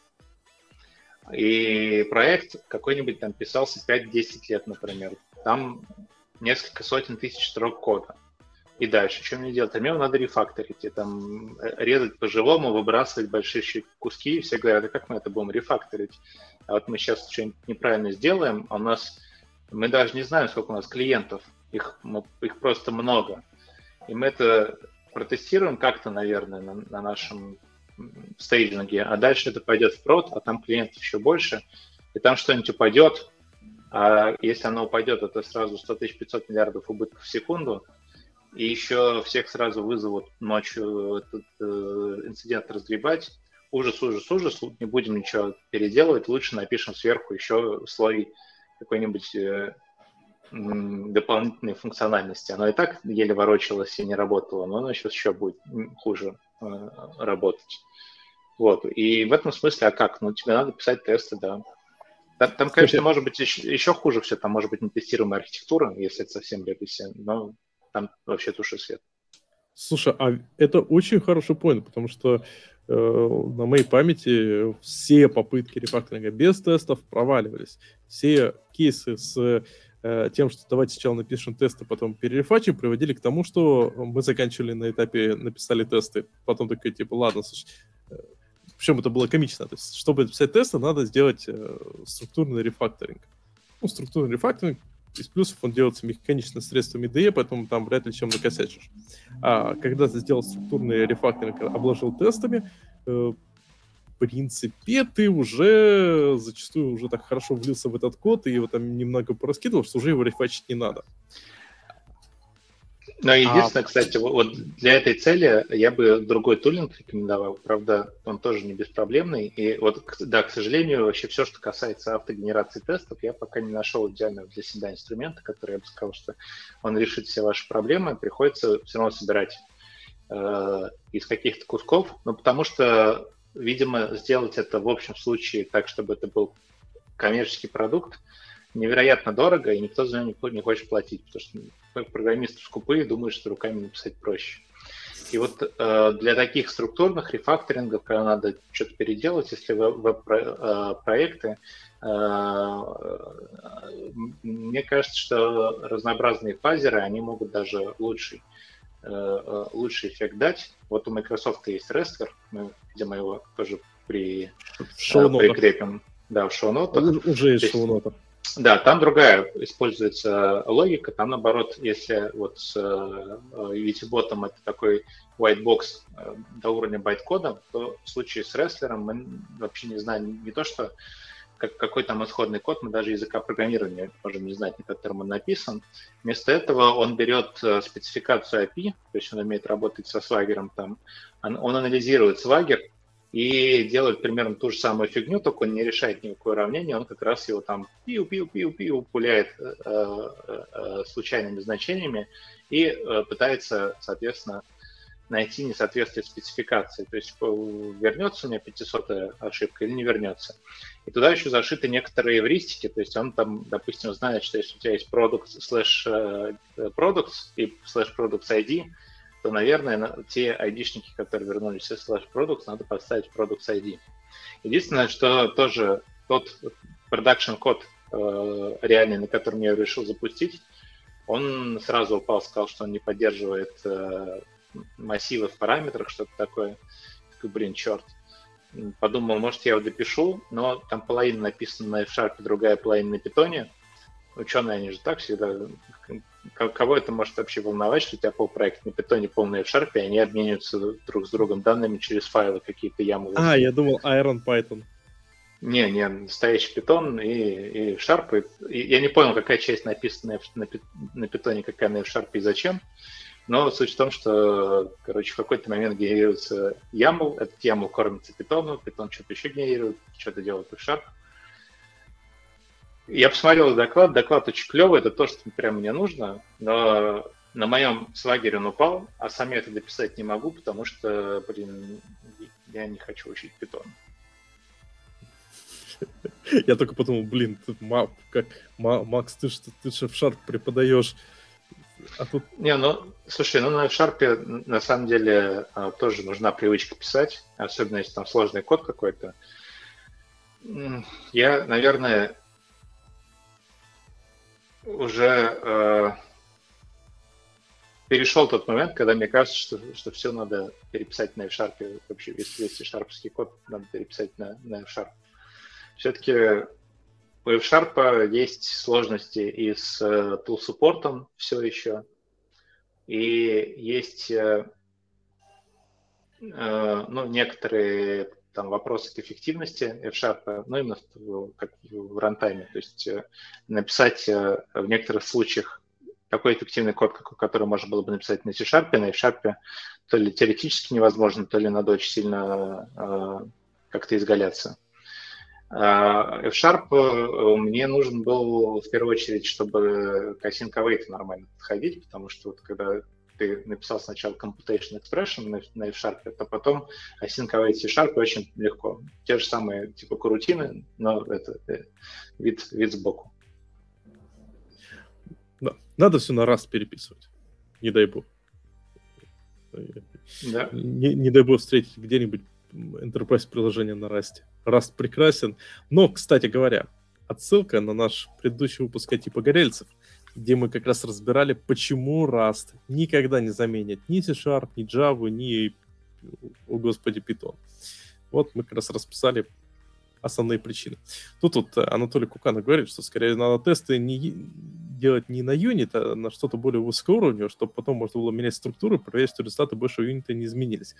И проект какой-нибудь там писался пять-десять лет, например. Там несколько сотен тысяч строк кода. И дальше, что мне делать? А мне его надо рефакторить, и там резать по-живому, выбрасывать большие куски. И все говорят, а как мы это будем рефакторить? А вот мы сейчас что-нибудь неправильно сделаем, а у нас... Мы даже не знаем, сколько у нас клиентов. Их, их просто много. И мы это протестируем как-то, наверное, на, на нашем стейджинге, а дальше это пойдет в прод, а там клиентов еще больше, и там что-нибудь упадет, а если оно упадет, это сразу сто тысяч пятьсот миллиардов убытков в секунду, и еще всех сразу вызовут ночью этот э, инцидент разгребать. Ужас, ужас, ужас, не будем ничего переделывать, лучше напишем сверху еще слой какой-нибудь э, дополнительной функциональности. Оно и так еле ворочалось и не работало, но оно сейчас еще будет хуже э, работать. Вот. И в этом смысле, а как? Ну, тебе надо писать тесты, да. Там, там конечно, может быть еще, еще хуже все. Там может быть нетестируемая архитектура, если это совсем регрессия, но там вообще туши свет. Слушай, а это очень хороший поинт, потому что э, на моей памяти все попытки рефакторинга без тестов проваливались. Все кейсы с э, тем, что давайте сначала напишем тесты, потом перерефачим, приводили к тому, что мы заканчивали на этапе, написали тесты, потом такой, типа, ладно, слушай, э, причем это было комично, то есть, чтобы написать тесты, надо сделать э, структурный рефакторинг. Ну, структурный рефакторинг из плюсов он делается механично средствами ай ди и, поэтому там вряд ли чем накосячишь. А когда ты сделал структурный рефакторинг, обложил тестами, э, в принципе, ты уже зачастую уже так хорошо влился в этот код, и его там немного пораскидывал, что уже его рефачить не надо. Но единственное, а... кстати, вот для этой цели я бы другой тулинг рекомендовал. Правда, он тоже не беспроблемный. И вот, да, к сожалению, вообще все, что касается автогенерации тестов, я пока не нашел идеального для себя инструмента, который я бы сказал, что он решит все ваши проблемы. Приходится все равно собирать э, из каких-то кусков. Ну, потому что, видимо, сделать это в общем случае так, чтобы это был коммерческий продукт, невероятно дорого, и никто за него не хочет платить, потому что программисты скупые, думают, что руками написать проще. И вот э, для таких структурных рефакторингов, когда надо что-то переделать, если веб-проекты, э, мне кажется, что разнообразные фазеры, они могут даже лучший, э, лучший эффект дать. Вот у Microsoft есть Restler, мы, видимо, его тоже при, э, прикрепим. Да, в шоу-нотах. Уже есть шоу-нотах. Да, там другая используется логика. Там, наоборот, если вот с Витиботом это такой white box до уровня байткода, то в случае с Wrestler мы вообще не знаем не то, что как, какой там исходный код, мы даже языка программирования можем не знать, на котором он написан. Вместо этого он берет спецификацию эй пи ай, то есть он умеет работать со свагером там, он, он анализирует свагер, и делает примерно ту же самую фигню, только он не решает никакое уравнение, он как раз его там пиу-пиу-пиу-пиу пуляет э, э, случайными значениями и э, пытается, соответственно, найти несоответствие спецификации. То есть вернется у меня пятисотая ошибка или не вернется. И туда еще зашиты некоторые эвристики, то есть он там, допустим, знает, что если у тебя есть product slash products и slash products ай ди, то, наверное, те айдишники, которые вернулись из slash products, надо поставить products ай ди. Единственное, что тоже тот production код э, реальный, на котором я решил запустить, он сразу упал, сказал, что он не поддерживает э, массивы в параметрах, что-то такое. Такой, блин, черт. Подумал, может, я его допишу, но там половина написана на F-Sharp, другая половина на Python. Ученые, они же так всегда... Кого это может вообще волновать, что у тебя полпроект на Python, полный F-Sharp, и они обмениваются друг с другом данными через файлы какие-то ямы. А, я думал Iron Python. Не, не, настоящий Python и, и F-Sharp. И, и я не понял, какая часть написана на, на Python, какая на F-Sharp и зачем. Но суть в том, что, короче, в какой-то момент генерируется YAML, этот YAML кормится Python, Python что-то еще генерирует, что-то делает F-Sharp. Я посмотрел доклад, доклад очень клевый, это то, что прям мне нужно, но на моем свагере он упал, а сам я это дописать не могу, потому что, блин, я не хочу учить Python. Я только подумал, блин, ты, как, Макс, ты же ты F-Sharp преподаешь. А тут... Не, ну, слушай, ну на F-Sharp на самом деле тоже нужна привычка писать, особенно если там сложный код какой-то. Я, наверное, уже э, перешел тот момент, когда мне кажется, что, что все надо переписать на F-Sharp. Вообще весь, весь C-Sharpский код надо переписать на, на F-Sharp. Все-таки у F-Sharp есть сложности и с uh, tool-суппортом все еще, и есть uh, uh, ну, некоторые там вопросы к эффективности F-Sharp, ну, именно в, как в рантайме. То есть uh, написать uh, в некоторых случаях такой эффективный код, который можно было бы написать на C-Sharp, на F-Sharp то ли теоретически невозможно, то ли надо очень сильно uh, как-то изгаляться. F-Sharp мне нужен был в первую очередь, чтобы к async await нормально подходить, потому что вот когда ты написал сначала computation expression на, на F-Sharp, то потом async await C-Sharp очень легко. Те же самые типа корутины, но это вид, вид сбоку. Да. Надо все на Rust переписывать. Не дай бог. Да. Не, не дай бог встретить где-нибудь enterprise приложение на Rust. Rust прекрасен. Но, кстати говоря, отсылка на наш предыдущий выпуск ай ти погорельцев, где мы как раз разбирали, почему Rust никогда не заменит ни C-Sharp, ни Java, ни, о господи, Python. Вот мы как раз расписали основные причины. Тут вот Анатолий Куканов говорит, что скорее надо тесты не делать не на юнит, а на что-то более высокоуровневое, чтобы потом можно было менять структуру, проверять, что результаты большего юнита не изменились.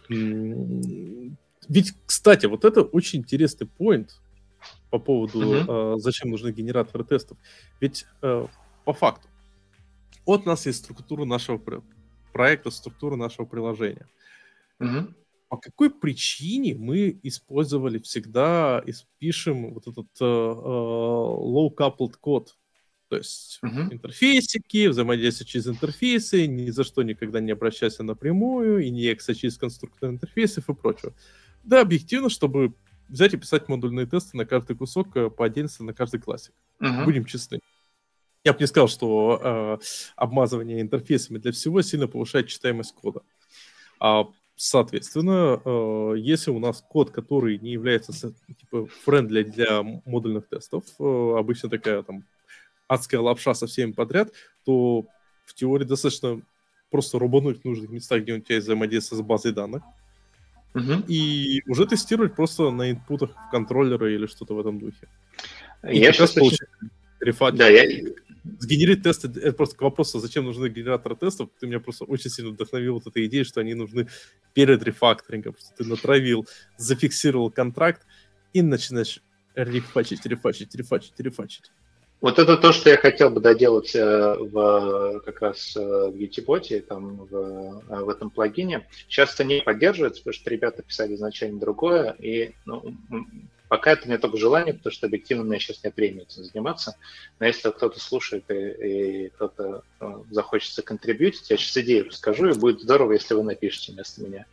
Ведь, кстати, вот это очень интересный поинт по поводу, uh-huh. э, зачем нужны генераторы тестов. Ведь э, по факту, вот у нас есть структура нашего проекта, структура нашего приложения. Uh-huh. По какой причине мы использовали всегда, пишем вот этот э, low-coupled код? То есть uh-huh. интерфейсики, взаимодействие через интерфейсы, ни за что никогда не обращайся напрямую, и не экса через конструктор интерфейсов и прочего. Да, объективно, чтобы взять и писать модульные тесты на каждый кусок по отдельности, на каждый классик. Uh-huh. Будем честны. Я бы не сказал, что э, обмазывание интерфейсами для всего сильно повышает читаемость кода. А, соответственно, э, если у нас код, который не является типа friendly для модульных тестов, э, обычно такая там адская лапша со всеми подряд, то в теории достаточно просто рубануть в нужных местах, где у тебя есть взаимодействие с базой данных, uh-huh. и уже тестировать просто на инпутах в контроллеры или что-то в этом духе. И Я сейчас, очень, Рефатчить. Да, я... Сгенерить тесты, это просто к вопросу, зачем нужны генераторы тестов, ты меня просто очень сильно вдохновил вот этой идеей, что они нужны перед рефакторингом, что ты натравил, зафиксировал контракт и начинаешь рефачить, рефачить, рефачить, рефачить. Вот это то, что я хотел бы доделать в, как раз в Utibot, там, в, в этом плагине. Сейчас это не поддерживается, потому что ребята писали изначально другое, и ну, пока это не только желание, потому что объективно у меня сейчас нет времени этим заниматься. Но если кто-то слушает и, и кто-то захочется контрибьютить, я сейчас идею расскажу, и будет здорово, если вы напишите вместо меня.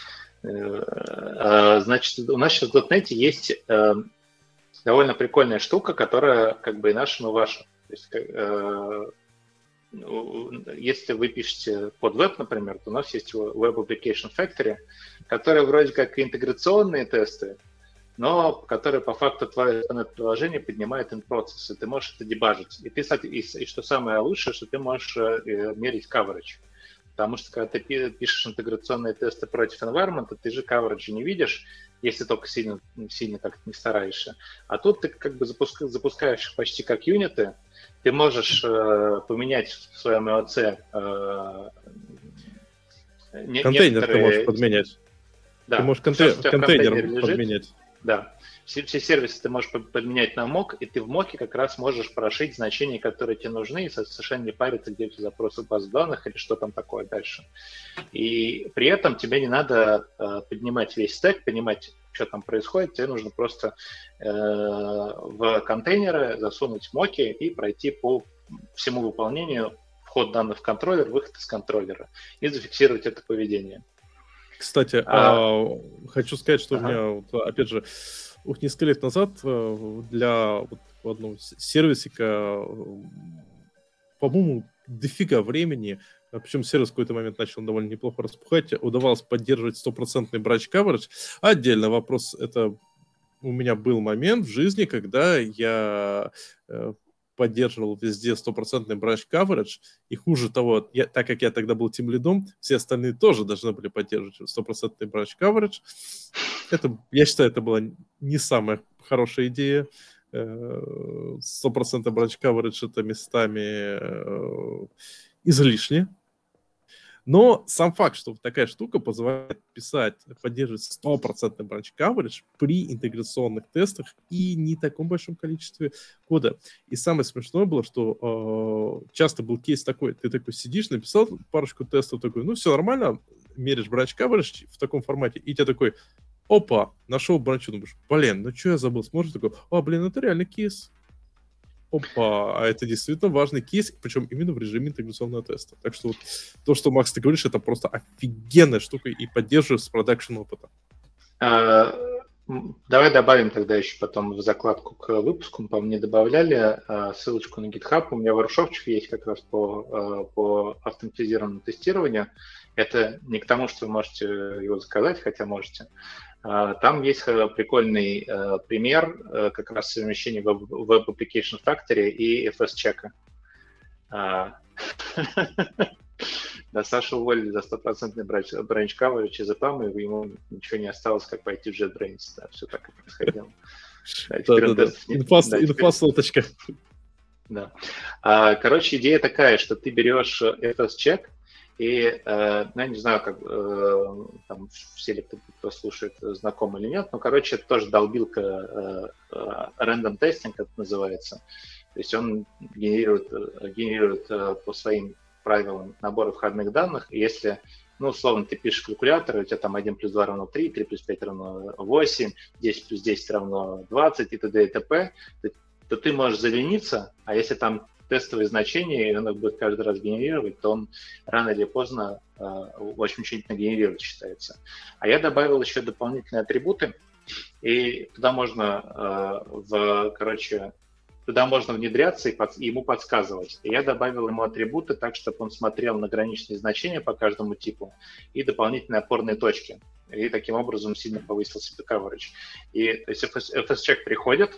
Значит, у нас сейчас в .дот нет есть довольно прикольная штука, которая как бы и наша, но ваша. То есть, э, если вы пишете под веб, например, то у нас есть Web Application Factory, которые вроде как интеграционные тесты, но которые по факту твое приложение поднимает in-process, и ты можешь это дебажить. И, ты, и, и что самое лучшее, что ты можешь э, мерить coverage. Потому что когда ты пишешь интеграционные тесты против environment, ты же coverage не видишь, если только сильно, сильно как-то не стараешься. А тут ты как бы запуска, запускаешь их почти как юниты, ты можешь э, поменять в своем эй о си э, не, контейнер некоторые... ты можешь подменять. Да. Ты можешь конте... Все, контейнер лежит, подменять. Да. Все, все сервисы ты можешь подменять на мок, и ты в моке как раз можешь прошить значения, которые тебе нужны, и совершенно не париться, где у тебя запросы баз данных или что там такое дальше. И при этом тебе не надо э, поднимать весь стэк, понимать, что там происходит, тебе нужно просто э, в контейнеры засунуть моки и пройти по всему выполнению вход данных в контроллер, выход из контроллера и зафиксировать это поведение. Кстати, а... хочу сказать, что ага. у меня, опять же, ух, несколько лет назад для вот одного сервисика, по-моему, дофига времени, причем сервис в какой-то момент начал довольно неплохо распухать, удавалось поддерживать стопроцентный branch coverage. Отдельный вопрос, это у меня был момент в жизни, когда я поддерживал везде стопроцентный branch coverage, и хуже того, я, так как я тогда был тимлидом, все остальные тоже должны были поддерживать стопроцентный branch coverage. Это, я считаю, это была не самая хорошая идея. Стопроцентный branch coverage это местами излишне. Но сам факт, что такая штука позволяет писать, поддерживать стопроцентный branch coverage при интеграционных тестах и не таком большом количестве кода. И самое смешное было, что э, часто был кейс такой, ты такой сидишь, написал парочку тестов, такой, ну все нормально, меришь branch coverage в таком формате, и тебя такой, опа, нашел бранч, думаешь, блин, ну что я забыл, смотришь, такой, а, блин, это реально кейс. Опа, а это действительно важный кейс, причем именно в режиме интеграционного теста. Так что вот то, что, Макс, ты говоришь, это просто офигенная штука и поддерживаешь с продакшн опыта. А, давай добавим тогда еще потом в закладку к выпуску, мы, по-моему, не добавляли а, ссылочку на GitHub. У меня воркшопчик есть как раз по, а, по автоматизированному тестированию. Это не к тому, что вы можете его заказать, хотя можете. Там есть прикольный uh, пример uh, как раз совмещения Web Application Factory и эф эс-check. Uh, да, Сашу уволили за стопроцентный branch coverage из ЭПАМ, и ему ничего не осталось, как пойти в JetBrains. Да, все так и происходило. Да-да-да, инфа-соточка. Да. Короче, идея такая, что ты берешь эф эс-check, и, э, ну, я не знаю, как э, там все ли, кто, кто слушает, знаком или нет, но, короче, это тоже долбилка э, э, random testing, это называется. То есть он генерирует, генерирует э, по своим правилам наборы входных данных, и если, ну, условно, ты пишешь калькулятор, у тебя там один плюс два равно три, три плюс пять равно восемь, десять плюс десять равно двадцать и т.д. и т.п., то, то ты можешь залениться, а если там тестовые значения, и он их будет каждый раз генерировать, то он рано или поздно э, очень мучительно генерировать считается. А я добавил еще дополнительные атрибуты, и туда можно, э, в, короче, туда можно внедряться и, под, и ему подсказывать. И я добавил ему атрибуты так, чтобы он смотрел на граничные значения по каждому типу и дополнительные опорные точки. И таким образом сильно повысил себе coverage. И то есть эф эс-check приходит,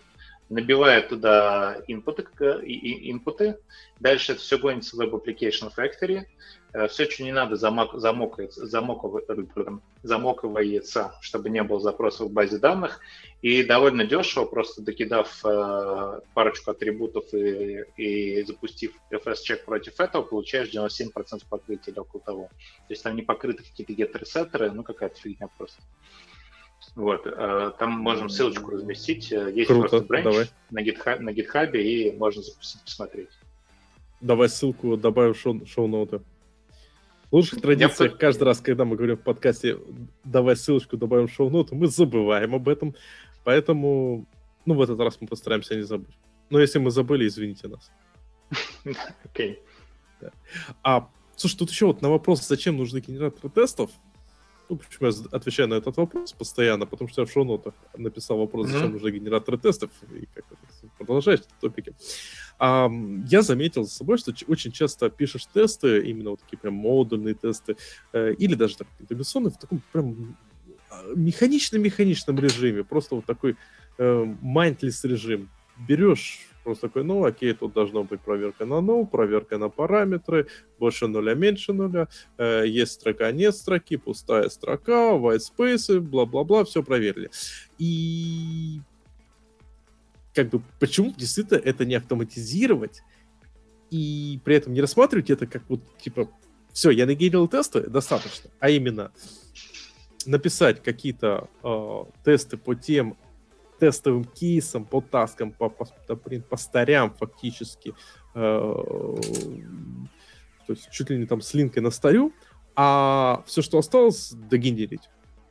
набивает туда инпуты, инпуты, дальше это все гонится в Web Application Factory, все, что не надо, замок, замокается, замоковывается, замоковывается, чтобы не было запросов в базе данных, и довольно дешево, просто докидав э, парочку атрибутов и, и запустив эф эс-чек против этого, получаешь девяносто семь процентов покрытия или около того. То есть там не покрыты какие-то геттеры-сеттеры, ну какая-то фигня просто. Вот, э, там можем ссылочку разместить. Есть Круто, просто бренч давай. на GitHub, на GitHub, и можно запустить, посмотреть. Давай ссылку добавим в шоу- шоу-ноты. В лучших традициях, Я... каждый раз, когда мы говорим в подкасте «давай ссылочку добавим в шоу-ноты», мы забываем об этом. Поэтому, ну, в этот раз мы постараемся не забыть. Но если мы забыли, извините нас. Окей. Да. А, слушай, тут еще вот на вопрос, зачем нужны генераторы тестов. Ну, почему я отвечаю на этот вопрос постоянно, потому что я в шоу-нотах написал вопрос, зачем mm-hmm. нужны генераторы тестов, и как продолжаешь в топике. А, я заметил за собой, что очень часто пишешь тесты, именно вот такие прям модульные тесты, э, или даже так, интеграционные, в таком прям механично-механичном режиме, просто вот такой э, mindless режим. Берешь просто такой, ну, окей, тут должна быть проверка на null, проверка на параметры, больше нуля, меньше нуля, э, есть строка, нет строки, пустая строка, white space, бла-бла-бла, все проверили. И как бы почему действительно это не автоматизировать и при этом не рассматривать это как вот, типа, все, я нагенерил тесты, достаточно, а именно написать какие-то э, тесты по тем тестовым кейсам, по таскам, по, по, по, по старям фактически, э, то есть чуть ли не там с линкой на старю, а все, что осталось, догенерить.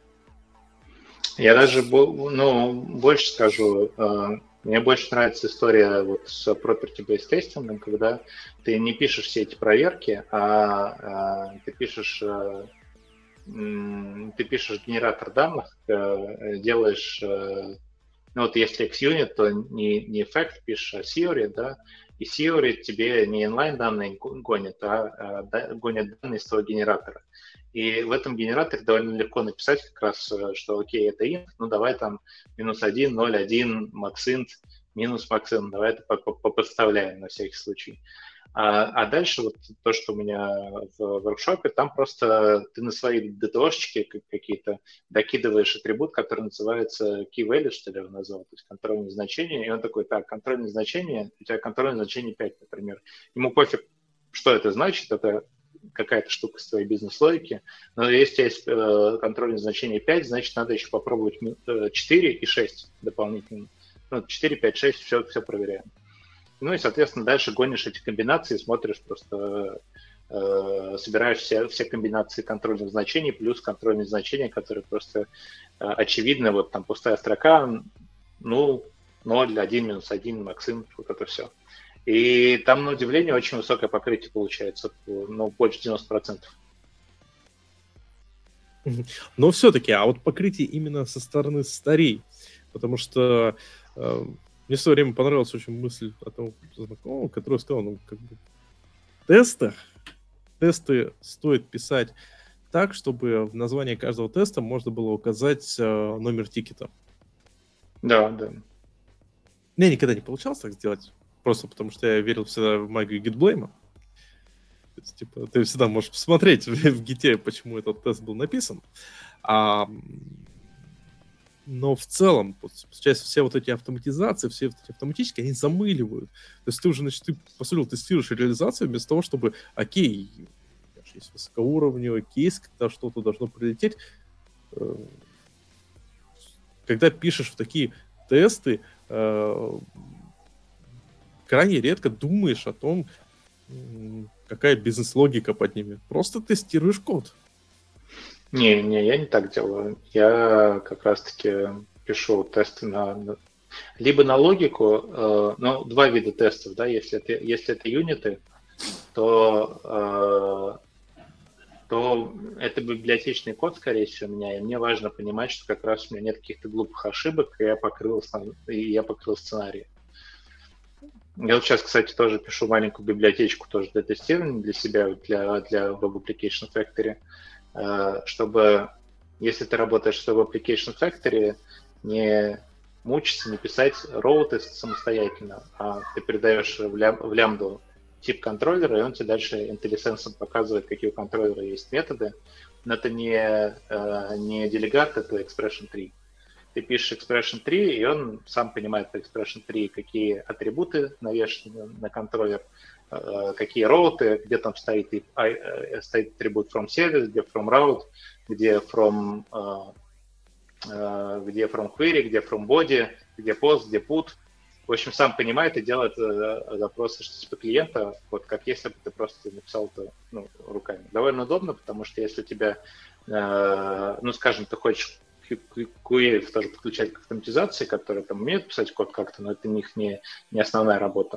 Я даже, ну, больше скажу, мне больше нравится история вот с property-based тестингом, когда ты не пишешь все эти проверки, а ты пишешь ты пишешь генератор данных, делаешь, ну вот если XUnit, то не, не effect пишешь, а theory, да, и theory тебе не inline данные гонит, а, а гонит данные из твоего генератора. И в этом генераторе довольно легко написать как раз, что окей, это int, ну давай там минус один, ноль, один, maxint, минус maxint, давай это подставляем на всякий случай. А, а дальше вот то, что у меня в воркшопе, там просто ты на свои ди ти о-шечки какие-то докидываешь атрибут, который называется key value, что ли, его назвал, то есть контрольное значение, и он такой, так, контрольное значение, у тебя контрольное значение пять, например. Ему пофиг, что это значит, это какая-то штука с твоей бизнес-логики, но если у тебя есть э, контрольное значение пять, значит, надо еще попробовать четыре и шесть дополнительно. Ну, четыре, пять, шесть, все, все проверяем. Ну и, соответственно, дальше гонишь эти комбинации, смотришь просто, э, собираешь все, все комбинации контрольных значений, плюс контрольные значения, которые просто э, очевидны. Вот там пустая строка, ну, ноль, один, минус один, максим, вот это все. И там, на удивление, очень высокое покрытие получается, ну, больше девяносто процентов. Но все-таки, а вот покрытие именно со стороны старей, потому что... Э... Мне в свое время понравилась очень мысль о том знакомому, который сказал, ну, как бы, в тестах тесты стоит писать так, чтобы в названии каждого теста можно было указать э, номер тикета. Да, да. Мне никогда не получалось так сделать, просто потому что я верил всегда в магию гитблейма. То есть, типа, ты всегда можешь посмотреть в, в гите, почему этот тест был написан. А... Но в целом, сейчас все вот эти автоматизации, все вот эти автоматические, они замыливают. То есть ты уже, значит, ты, по сути, тестируешь реализацию вместо того, чтобы, окей, есть высокоуровневый кейс, когда что-то должно прилететь. Когда пишешь в такие тесты, крайне редко думаешь о том, какая бизнес-логика под ними. Просто тестируешь код. Не, не, я не так делаю. Я как раз-таки пишу тесты на, на либо на логику, э, ну, два вида тестов, да, если это, если это юниты, то, э, то это библиотечный код, скорее всего, у меня, и мне важно понимать, что как раз у меня нет каких-то глупых ошибок, и я покрыл, и я покрыл сценарий. Я вот сейчас, кстати, тоже пишу маленькую библиотечку тоже для тестирования для себя, для, для Web Application Factory, чтобы, если ты работаешь в Web Application Factory, не, мучиться, не писать роу-тест самостоятельно, а ты передаешь в, лям, в лямбду тип контроллера, и он тебе дальше IntelliSense показывает, какие у контроллера есть методы. Но это не, э, не делегат, это expression tree. Ты пишешь expression tree, и он сам понимает по expression tree, какие атрибуты навешаны на контроллер, э, какие роуты, где там стоит, и, э, стоит атрибут from service, где from route, где from, э, э, где from query, где from body, где post, где put. В общем, сам понимает и делает э, запросы типа клиента, вот как если бы ты просто написал это ну, руками. Довольно удобно, потому что если у тебя, э, ну, скажем, ты хочешь кью эй тоже подключать к автоматизации, которые там умеют писать код как-то, но это у них не, не основная работа,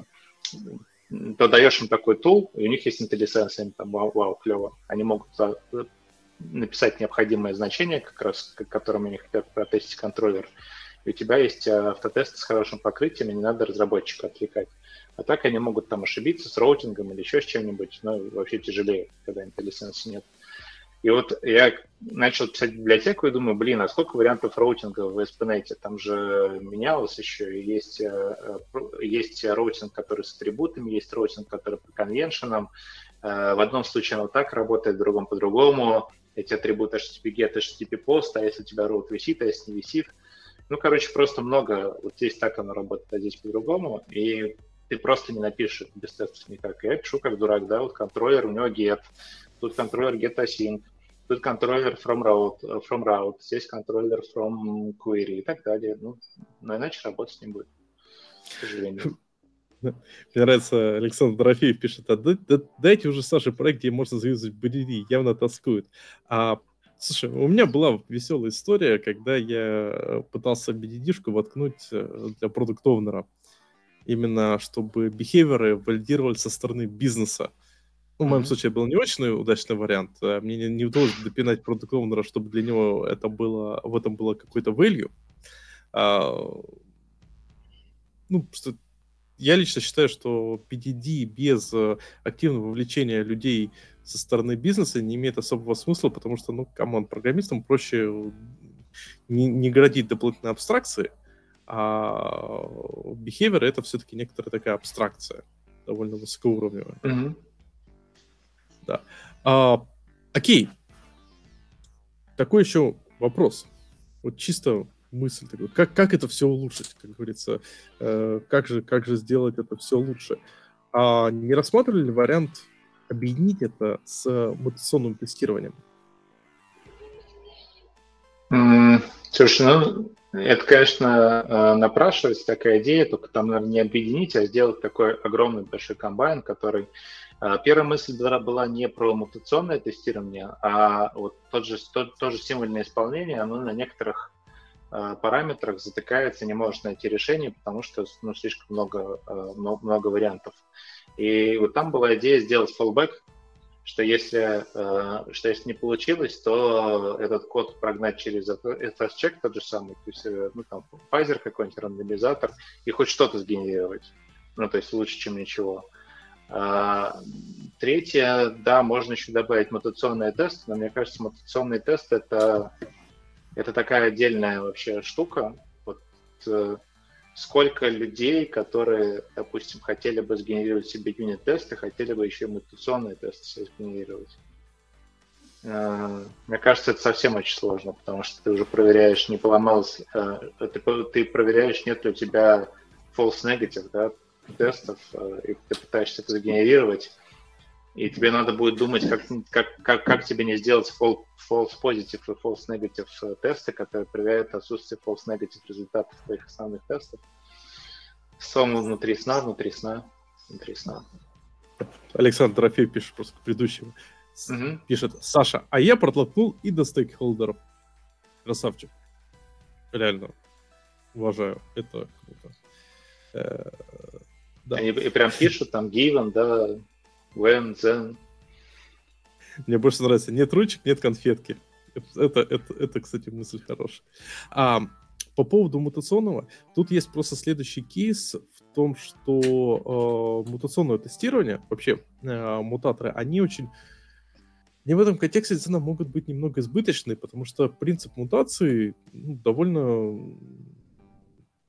то даешь им такой тул, и у них есть IntelliSense, им там вау, вау, клево. Они могут написать необходимое значение, как раз, которым они хотят протестить контроллер, и у тебя есть автотест с хорошим покрытием, и не надо разработчика отвлекать. А так они могут там ошибиться с роутингом или еще с чем-нибудь, но вообще тяжелее, когда IntelliSense нет. И вот я начал писать библиотеку и думаю, блин, а сколько вариантов роутинга в эс пи нет? Там же менялось еще. Есть, есть роутинг, который с атрибутами, есть роутинг, который по конвеншенам. В одном случае оно так работает, в другом по-другому. Эти атрибуты эйч ти ти пи get, эйч ти ти пи post, а если у тебя роут висит, а если не висит. Ну, короче, просто много. Вот здесь так оно работает, а здесь по-другому. И ты просто не напишешь без тестов никак. Я пишу как дурак, да, вот контроллер, у него get. Тут контроллер get async, тут контроллер from route, from route, здесь контроллер from query и так далее. Ну, но иначе работать не будет, к сожалению. Мне нравится, Александр Дорофеев пишет, а дайте уже Саше проект, где можно заюзать би ди ди, явно тоскует. А, слушай, у меня была веселая история, когда я пытался би ди ди-шку воткнуть для продукт-овнера, именно чтобы бихевиоры валидировали со стороны бизнеса. Ну, в моем mm-hmm. случае был не очень удачный вариант. Мне не, не удалось допинать продукт-оунера, чтобы для него это было, в этом было какой-то value. А, ну, что я лично считаю, что пи ди ди без активного вовлечения людей со стороны бизнеса не имеет особого смысла, потому что, ну, камон, программистам проще не, не городить дополнительные абстракции, а behavior — это все-таки некоторая такая абстракция, довольно высокоуровневая. Mm-hmm. Да. А, окей. Такой еще вопрос. Вот чисто мысль такой. Как, как это все улучшить, как говорится? Э, как, же, как же сделать это все лучше? А не рассматривали ли вариант объединить это с мутационным тестированием? Mm, слушай, ну, это, конечно, напрашивается такая идея, только там, наверное, не объединить, а сделать такой огромный большой комбайн, который... Первая мысль была не про мутационное тестирование, а вот тот же, тот, то же символьное исполнение, оно на некоторых э, параметрах затыкается, не может найти решение, потому что ну, слишком много, э, много, много вариантов. И вот там была идея сделать fallback, что если, э, что если не получилось, то этот код прогнать через эф эс check тот же самый, то есть ну, там, Pfizer какой-нибудь, рандомизатор, и хоть что-то сгенерировать. Ну, то есть лучше, чем ничего. Uh, третье, да, можно еще добавить мутационные тесты, но мне кажется, мутационные тесты это, это такая отдельная вообще штука. Вот, uh, сколько людей, которые, допустим, хотели бы сгенерировать себе юнит-тесты, хотели бы еще мутационные тесты себе сгенерировать. Uh, мне кажется, это совсем очень сложно, потому что ты уже проверяешь, не поломалось, uh, ты, ты проверяешь, нет ли у тебя false negative, да, тестов, и ты пытаешься это сгенерировать, и тебе надо будет думать, как, как, как, как тебе не сделать false, false positive и false negative тесты, которые проверяют отсутствие false negative результатов твоих основных тестов. Сон внутри сна, внутри сна, внутри сна. Александр Дорофеев пишет просто к предыдущему. Mm-hmm. Пишет: Саша, а я протолкнул и до стейкхолдеров. Красавчик. Реально. Уважаю. Это круто. Да. Они и прям пишут там given, да, when, then. Мне больше нравится: нет ручек, нет конфетки. Это, это, это кстати, мысль хорошая. А, по поводу мутационного, тут есть просто следующий кейс в том, что э, мутационное тестирование, вообще э, мутаторы, они очень... Они в этом контексте действительно могут быть немного избыточны, потому что принцип мутации ну, довольно...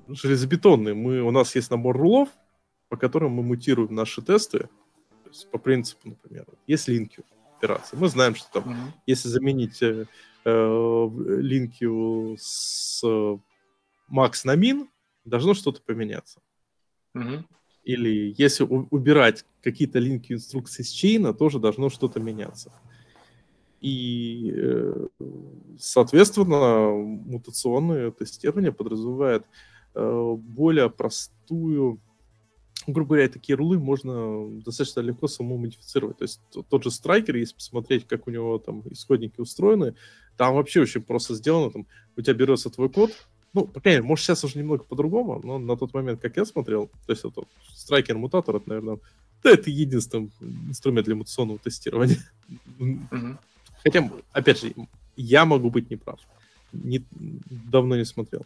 железобетонные. Мы, у нас есть набор рулов, по которым мы мутируем наши тесты. То есть по принципу, например, есть линки операции. Мы знаем, что там, mm-hmm. если заменить э, э, линки с max на min, должно что-то поменяться. Mm-hmm. Или если у- убирать какие-то линки инструкций с чейна, тоже должно что-то меняться. И, э, соответственно, мутационное тестирование подразумевает э, более простую, грубо говоря, такие рулы можно достаточно легко самому модифицировать. То есть тот же Striker, если посмотреть, как у него там исходники устроены, там вообще очень просто сделано. Там, у тебя берется твой код, ну, по крайней мере, может, сейчас уже немного по-другому, но на тот момент, как я смотрел, то есть это Striker мутатор, это, наверное, да, это единственный инструмент для мутационного тестирования. Mm-hmm. Хотя, опять же, я могу быть неправ. Не, давно не смотрел.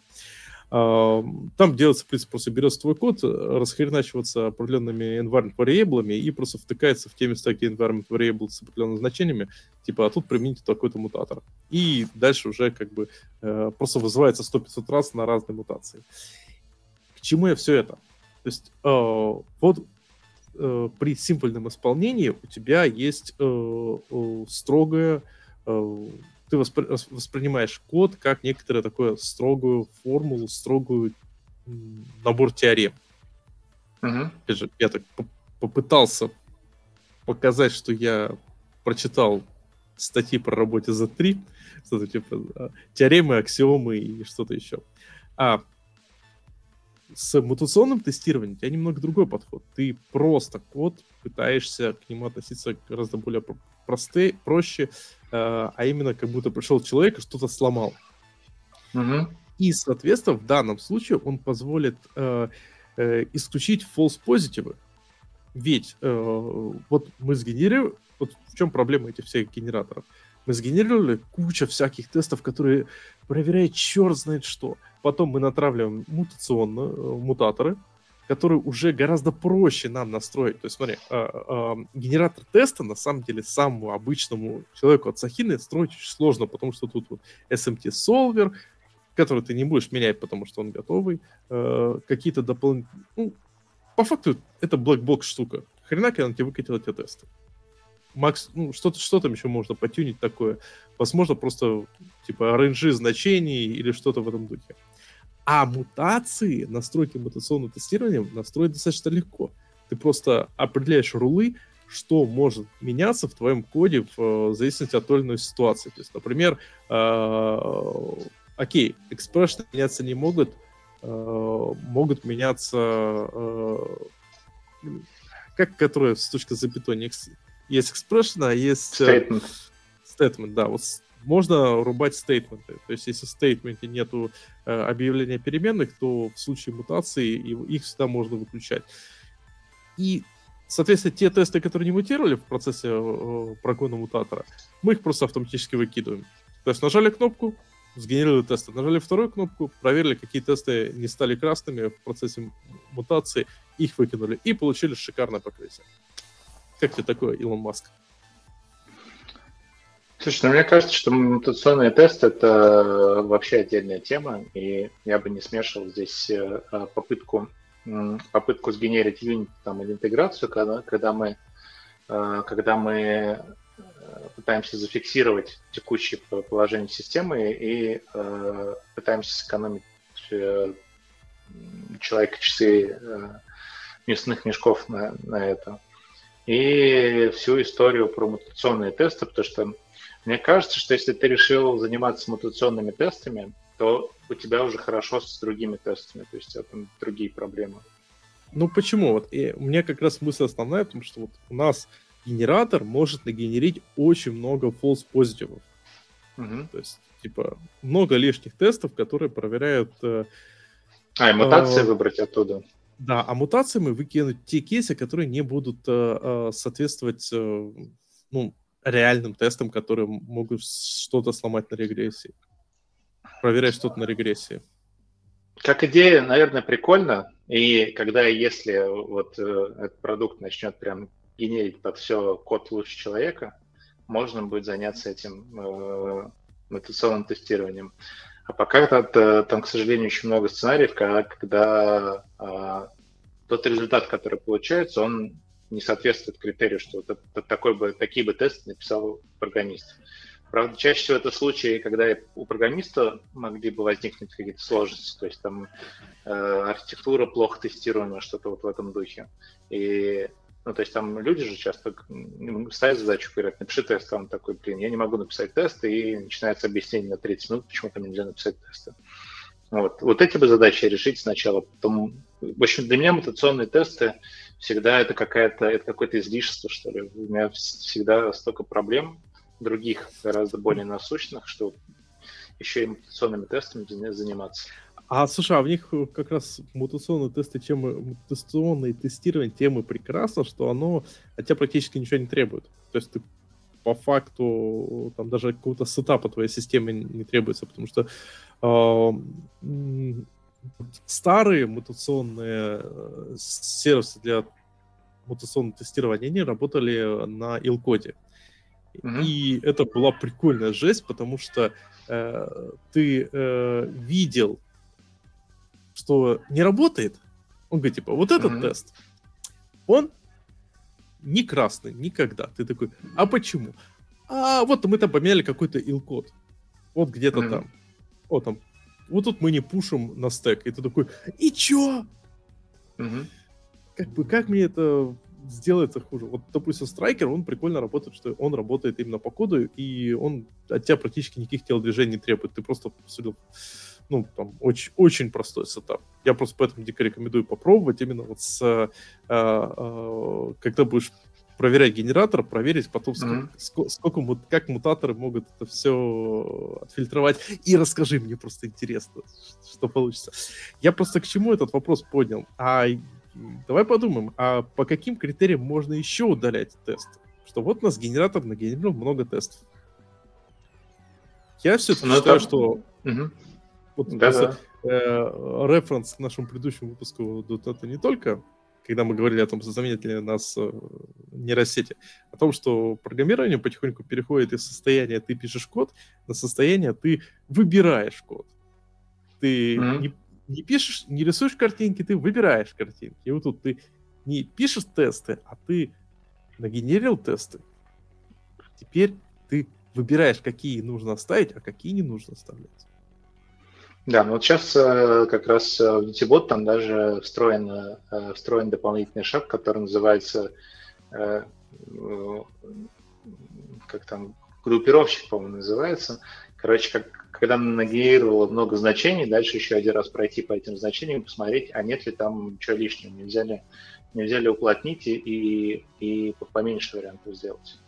Там делается, в принципе, просто берется твой код, расхреначивается определенными environment variable'ами и просто втыкается в те места, где environment variable с определенными значениями, типа, а тут примените такой-то мутатор. И дальше уже как бы просто вызывается сто-пятьсот раз на разные мутации. К чему я все это? То есть вот при символьном исполнении у тебя есть строгое... Ты воспри- воспринимаешь код как некоторую такую строгую формулу, строгую набор теорем. Uh-huh. Опять же, я так по- попытался показать, что я прочитал статьи про работе зет три, что-то типа теоремы, аксиомы и что-то еще. А с мутационным тестированием у тебя немного другой подход. Ты просто код пытаешься к нему относиться гораздо более простые, проще, а именно как будто пришел человек и что-то сломал. Uh-huh. И, соответственно, в данном случае он позволит э, э, исключить false positive. Ведь э, вот мы сгенерировали... Вот в чем проблема этих всех генераторов? Мы сгенерировали кучу всяких тестов, которые проверяют черт знает что. Потом мы натравливаем мутационные э, мутаторы, которые уже гораздо проще нам настроить. То есть, смотри, э, э, генератор теста, на самом деле, самому обычному человеку от Сахины строить очень сложно, потому что тут вот эс эм ти-солвер, который ты не будешь менять, потому что он готовый, э, какие-то дополнительные... Ну, по факту, это black-box штука. Хренак, она тебе выкатила эти тесты. Макс, ну, что-то, что там еще можно потюнить такое? Возможно, просто, типа, рейнджи значений или что-то в этом духе. А мутации, настройки мутационного тестирования настроить достаточно легко. Ты просто определяешь рулы, что может меняться в твоем коде в, в зависимости от той или иной ситуации. То есть, например, э, окей, экспрессионы меняться не могут, э, могут меняться, э, как которые с точки запятой, есть экспрессион, а есть... Statement. Statement, да, вот можно рубать стейтменты. То есть, если в стейтменте нету э, объявления переменных, то в случае мутации их всегда можно выключать. И, соответственно, те тесты, которые не мутировали в процессе э, прогона мутатора, мы их просто автоматически выкидываем. То есть, нажали кнопку, сгенерировали тесты, нажали вторую кнопку, проверили, какие тесты не стали красными в процессе мутации, их выкинули и получили шикарное покрытие. Как тебе такое, Илон Маск? Слушай, ну мне кажется, что мутационные тесты — это вообще отдельная тема, и я бы не смешивал здесь попытку, попытку сгенерить юнит там, или интеграцию, когда, когда, мы, когда мы пытаемся зафиксировать текущее положение системы и пытаемся сэкономить человека часы мясных мешков на, на это. И всю историю про мутационные тесты, потому что мне кажется, что если ты решил заниматься мутационными тестами, то у тебя уже хорошо с другими тестами, то есть это другие проблемы. Ну почему? Вот и у меня как раз мысль основная, потому что вот у нас генератор может нагенерить очень много false позитивов. Угу. То есть, типа, много лишних тестов, которые проверяют... Э, а, и мутации э, выбрать оттуда. Да, а мутации мы выкинуть те кейсы, которые не будут э, соответствовать э, ну, реальным тестам, которые могут что-то сломать на регрессии. Проверять что-то на регрессии. Как идея, наверное, прикольно. И когда, если вот э, этот продукт начнет прям генерить под все код лучше человека, можно будет заняться этим э, мутационным тестированием. А пока это, там, к сожалению, очень много сценариев, когда а, тот результат, который получается, он не соответствует критерию, что вот это, такой бы, такие бы тесты написал программист. Правда, чаще всего это случаи, когда у программиста могли бы возникнуть какие-то сложности, то есть там э, архитектура плохо тестируемая, что-то вот в этом духе. И, ну, то есть там люди же часто ставят задачу, говорят, напиши тест, там такой, блин, я не могу написать тест, и начинается объяснение на тридцать минут, почему там нельзя написать тесты. Вот, вот эти бы задачи решить сначала, потом, в общем, для меня мутационные тесты всегда это какая-то, это какое-то излишество, что ли. У меня всегда столько проблем, других, гораздо более насущных, что еще и мутационными тестами заниматься. А, слушай, а в них как раз мутационные тесты, чем мутационные тестирования, тем и прекрасно, что оно от тебя практически ничего не требует. То есть ты по факту там даже какого-то сетапа твоей системы не требуется, потому что э, старые мутационные сервисы для мутационного тестирования, они работали на ил-коде. Mm-hmm. И это была прикольная жесть, потому что э, ты э, видел, что не работает. Он говорит, типа, вот этот mm-hmm. тест, он не красный никогда. Ты такой, а почему? А вот мы там поменяли какой-то ил-код. Вот где-то mm-hmm. там. Вот там. Вот тут мы не пушим на стэк. И ты такой, и чё? Mm-hmm. Как бы, как мне это сделается хуже? Вот, допустим, Striker, он прикольно работает, что он работает именно по коду, и он от тебя практически никаких телодвижений не требует. Ты просто посудил, ну, там, очень, очень простой сетап. Я просто поэтому дико рекомендую попробовать именно вот с, а, а, когда будешь проверять генератор, проверить потом, mm-hmm. сколько, сколько, как мутаторы могут это все отфильтровать. И расскажи, мне просто интересно, что получится. Я просто к чему этот вопрос поднял? А давай подумаем, а по каким критериям можно еще удалять тесты? Что вот у нас генератор нагенерировал много тестов. Я все-таки ну, считаю, это... что угу. вот да, э, референс к нашему предыдущему выпуску это не только, когда мы говорили о том, заменят ли нас э, нейросети, о том, что программирование потихоньку переходит из состояния ты пишешь код на состояние ты выбираешь код. Ты mm-hmm. не Не пишешь, не рисуешь картинки, ты выбираешь картинки. И вот тут ты не пишешь тесты, а ты нагенерил тесты. Теперь ты выбираешь, какие нужно оставить, а какие не нужно оставлять. Да, ну вот сейчас как раз в Nitibot там даже встроен, встроен дополнительный шаг, который называется как там, группировщик, по-моему, называется. Короче, как когда нагенерировало много значений, дальше еще один раз пройти по этим значениям, посмотреть, а нет ли там чего лишнего, нельзя ли, нельзя ли уплотнить и, и поменьше вариантов сделать.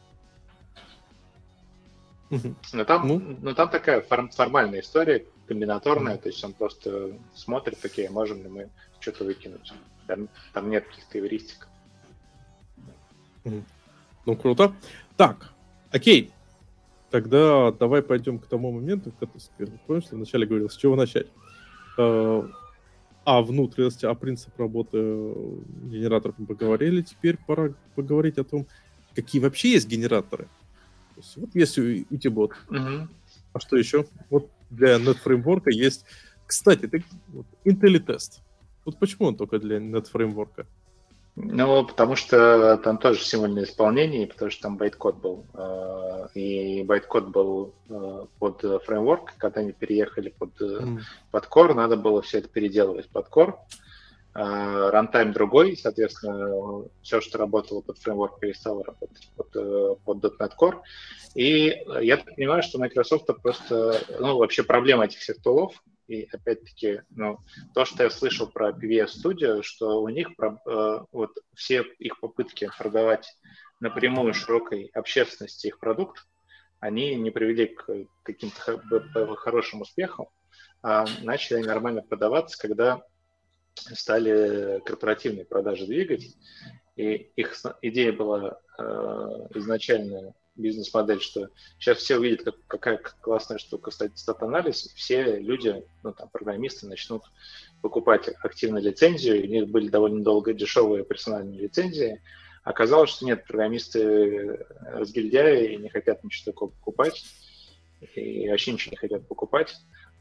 Mm-hmm. Но, там, mm-hmm. но там такая форм, формальная история, комбинаторная, mm-hmm. то есть он просто смотрит, такие, можем ли мы что-то выкинуть. Там, там нет каких-то эвристик. Mm-hmm. Ну, круто. Так, окей. Тогда давай пойдем к тому моменту, который, помнишь, я вначале говорил, с чего начать. О внутренности, о принципе работы генераторов мы поговорили. Теперь пора поговорить о том, какие вообще есть генераторы. То есть, вот есть Utibot. Uh-huh. А что еще? Вот для NetFramework есть... Кстати, ты... вот, IntelliTest. Вот почему он только для NetFramework? Ну, потому что там тоже символьное исполнение, потому что там байткод был. И байткод был под фреймворк, когда они переехали под, mm. под Core, надо было все это переделывать под Core. Рантайм другой, соответственно, все, что работало под фреймворк, перестало работать под, под .дот нет Core. И я так понимаю, что Microsoft просто, ну, вообще проблема этих всех тулов, и опять-таки, ну, то, что я слышал про пи ви эс Studio, что у них э, вот все их попытки продавать напрямую широкой общественности их продукт, они не привели к каким-то хорошим успехам, а начали они нормально продаваться, когда стали корпоративные продажи двигать. И их идея была э, изначально бизнес-модель, что сейчас все увидят, как, какая классная штука стат-анализ, все люди, ну, там, программисты начнут покупать активно лицензию, у них были довольно долго дешевые персональные лицензии. Оказалось, что нет, программисты разгильдяи и не хотят ничего такого покупать, и вообще ничего не хотят покупать.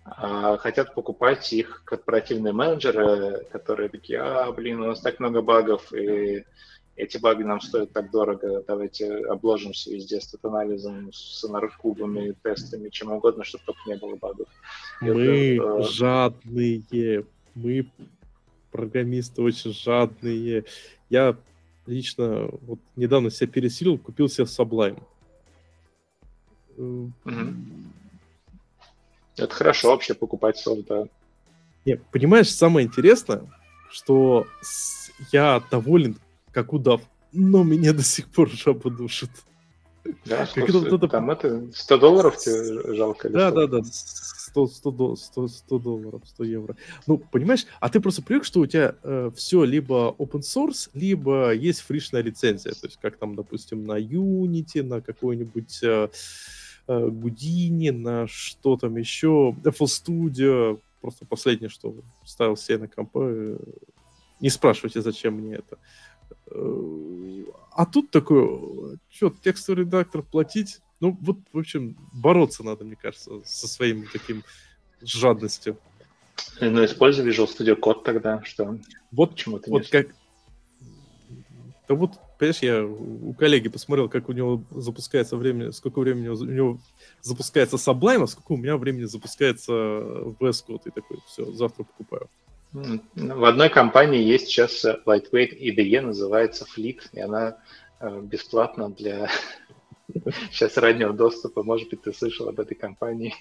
а хотят покупать их корпоративные менеджеры, которые такие: а, блин, у нас так много багов, и эти баги нам стоят так дорого, давайте обложимся везде стат-анализом, с наркубами, тестами, чем угодно, чтобы только не было багов. И Мы это, э, жадные, мы программисты очень жадные. Я лично вот недавно себя пересилил, купил себе Sublime. Мгм. Это хорошо вообще покупать софт, да. Не, понимаешь, самое интересное, что с- я доволен, как удав, но меня до сих пор жаба душит. Да, Как это вот слушай, это... там это сто долларов тебе жалко или Да, да, сколько? да, сто, сто, до- сто, сто долларов, сто евро. Ну, понимаешь, а ты просто привык, что у тебя все либо open source, либо есть фришная лицензия. То есть, как там, допустим, на Unity, на какой-нибудь э, э, Houdini, на что там еще, эф эл Studio. Просто последнее, что ставил себе на компы. э, Не спрашивайте, зачем мне это. Э, А тут такой, что, текстовый редактор платить? Ну, вот, в общем, бороться надо, мне кажется, со своим таким жадностью. Ну, используй Visual Studio Code тогда, что? Вот, Почему ты вот не... как... Да вот, понимаешь, я у коллеги посмотрел, как у него запускается время, сколько времени у него запускается Sublime, а сколько у меня времени запускается ви эс Code. И такой, все, завтра покупаю. М, В одной компании есть сейчас э, lightweight ай ди и, называется Fleet, и она э, бесплатна для сейчас раннего доступа. Может быть, ты слышал об этой компании.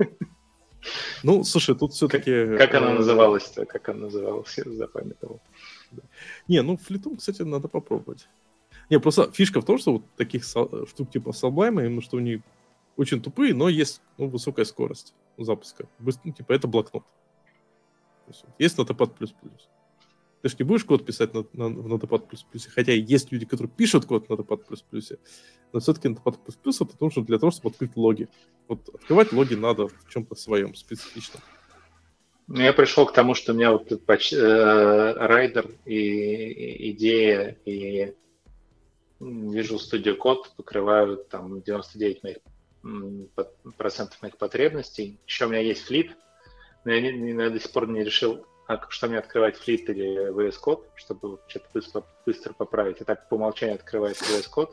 Ну, слушай, тут Как, все-таки... как она называлась-то? Как она называлась? Я запамятовал. Не, ну, флитум, кстати, надо попробовать. Не, просто фишка в том, что вот таких со- штук типа Sublime, именно что они очень тупые, но есть ну, высокая скорость запуска. Быстро, ну, типа это блокнот. То есть, вот есть Notepad++. Ты же не будешь код писать на, на, в Notepad++, хотя есть люди, которые пишут код в Notepad++, но все-таки Notepad++ это нужно для того, чтобы открыть логи. Вот открывать логи надо в чем-то своем, специфичном. Ну, я пришел к тому, что у меня вот тут почти, э, райдер и, и идея и Visual Studio Code покрывают там девяносто девять моих, м, под- процентов моих потребностей. Еще у меня есть Fleet, но я, не, не- я до сих пор не решил, а к- что мне открывать, Fleet или ви эс Code, чтобы что-то быстро, быстро поправить. И так по умолчанию открывается ви эс Code,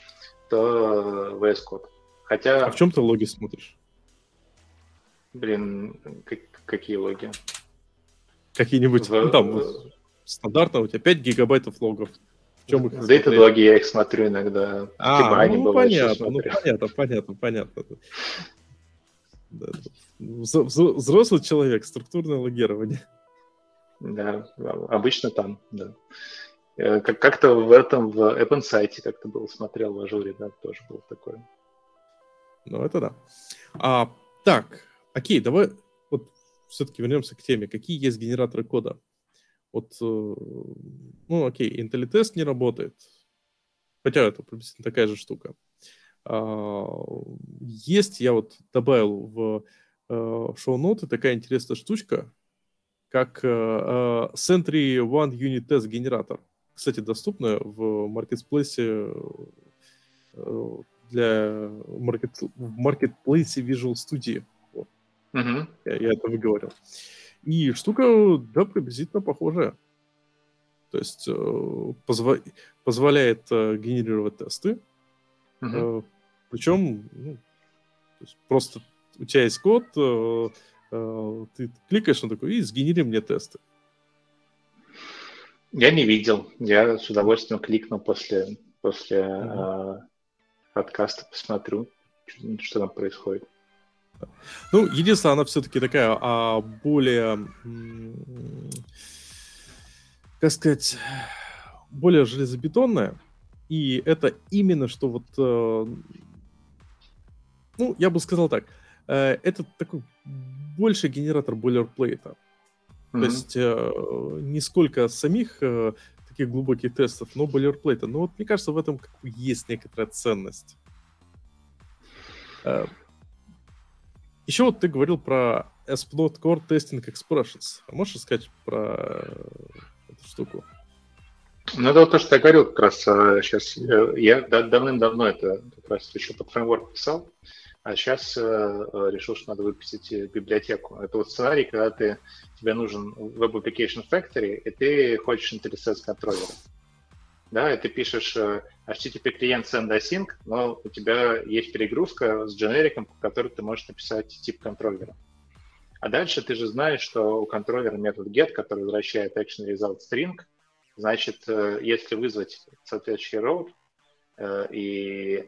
то ви эс Code. Хотя, А в чем ты логи смотришь? блин, как- какие логи? Какие-нибудь, В, ну там, вот, стандартно у тебя пять гигабайтов логов. В чем их в смотреть? Datadog я их смотрю иногда. В А, Kibane ну бывает, что понятно, ну смотрю. понятно, понятно, понятно. Да, взро- взро- Взрослый человек, структурное логирование. Да, обычно там, да. Э, Как- Как-то в этом, в OpenSite как-то был, смотрел в ажуре, да, тоже было такое. Ну, это да. А, так, окей, давай вот все-таки вернемся к теме. Какие есть генераторы кода? Вот, э, ну, окей, IntelliTest не работает. Хотя это приблизительно такая же штука. А, есть, я вот добавил в э, шоу-ноты такая интересная штучка, как э, э, Sentry One Unit Test генератор. Кстати, доступна в маркетплейсе э, для маркет, в маркетплейсе Visual Studio. Вот, Мгм. я, я это выговорил. И штука, да, приблизительно похожая. То есть э, позва- позволяет э, генерировать тесты. Мгм. Э, причем ну, то есть просто у тебя есть код, э, э, ты кликаешь на такой и сгенери мне тесты. Я не видел. Я с удовольствием кликну после, после Мгм. э, подкаста, посмотрю, что, что там происходит. Ну, единственное, она все-таки такая а, более, м, как сказать, более железобетонная. И это именно что вот, э, ну, я бы сказал так, э, это такой больше генератор бойлерплейта. То Мгм. есть э, не сколько самих э, таких глубоких тестов, но бойлерплейта. Но вот мне кажется, в этом как бы есть некоторая ценность. Э, Еще вот ты говорил про Splot Core Testing Expressions. А можешь сказать про э, эту штуку? Ну, это вот то, что я говорил как раз сейчас. Я да- давным-давно это как раз еще под фреймворк писал. а сейчас э, решил, что надо выпустить библиотеку. Это вот сценарий, когда ты, тебе нужен Web Application Factory, и ты хочешь интерфейс контроллера. Да, и ты пишешь эйч ти ти пи клиент send async, но у тебя есть перегрузка с дженериком, по которой ты можешь написать тип контроллера. А дальше ты же знаешь, что у контроллера метод get, который возвращает action result string. Значит, если вызвать соответствующий route и,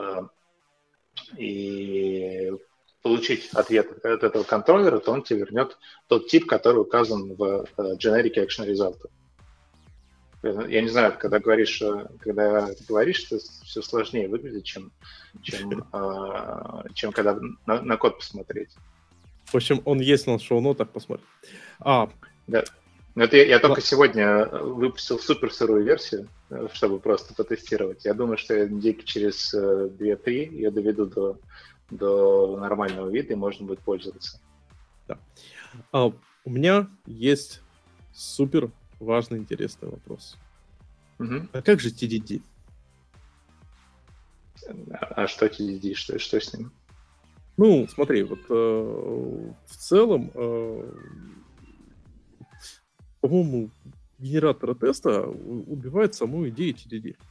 и получить ответ от этого контроллера, то он тебе вернет тот тип, который указан в generic action result. Я не знаю, когда говоришь, когда говоришь, что все сложнее выглядит, чем, чем, чем когда на, на код посмотреть. В общем, он есть на шоу-нотах, посмотрим. А, да. Это я, я только сегодня выпустил супер сырую версию, чтобы просто потестировать. Я думаю, что я недельки через две-три ее доведу до, до нормального вида, и можно будет пользоваться. Да. А, у меня есть супер важный, интересный вопрос. Угу. А как же ти ди ди? А, а что ти ди ди? Что, что с ним? Ну, смотри, вот э, в целом, э, по-моему, генератор теста убивает саму идею ти ди ди.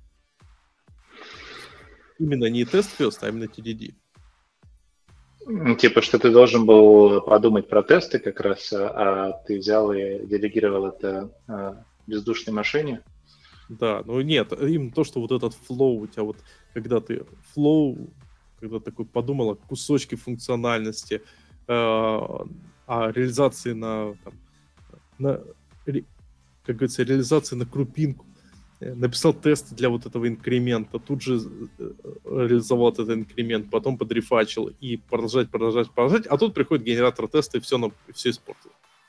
Именно не тест first, а именно ти ди ди. Типа, что ты должен был подумать про тесты как раз, а ты взял и делегировал это а, бездушной машине? Да, ну нет, именно то, что вот этот флоу у тебя вот, когда ты флоу, когда такой подумал о кусочке функциональности, э, о реализации на, там, на, как говорится, реализации на крупинку, написал тест для вот этого инкремента, тут же реализовал этот инкремент, потом подрефачил и продолжать, продолжать, продолжать, а тут приходит генератор теста и все, на, все испортил.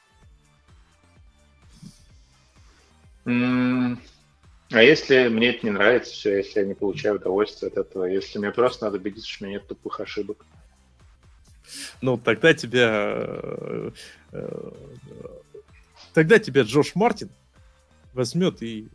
Mm. А если мне это не нравится, все, если я не получаю удовольствие от этого, если мне просто надо убедиться, что у меня нет тупых ошибок? Ну, тогда тебя... Тогда тебя Джош Мартин возьмет и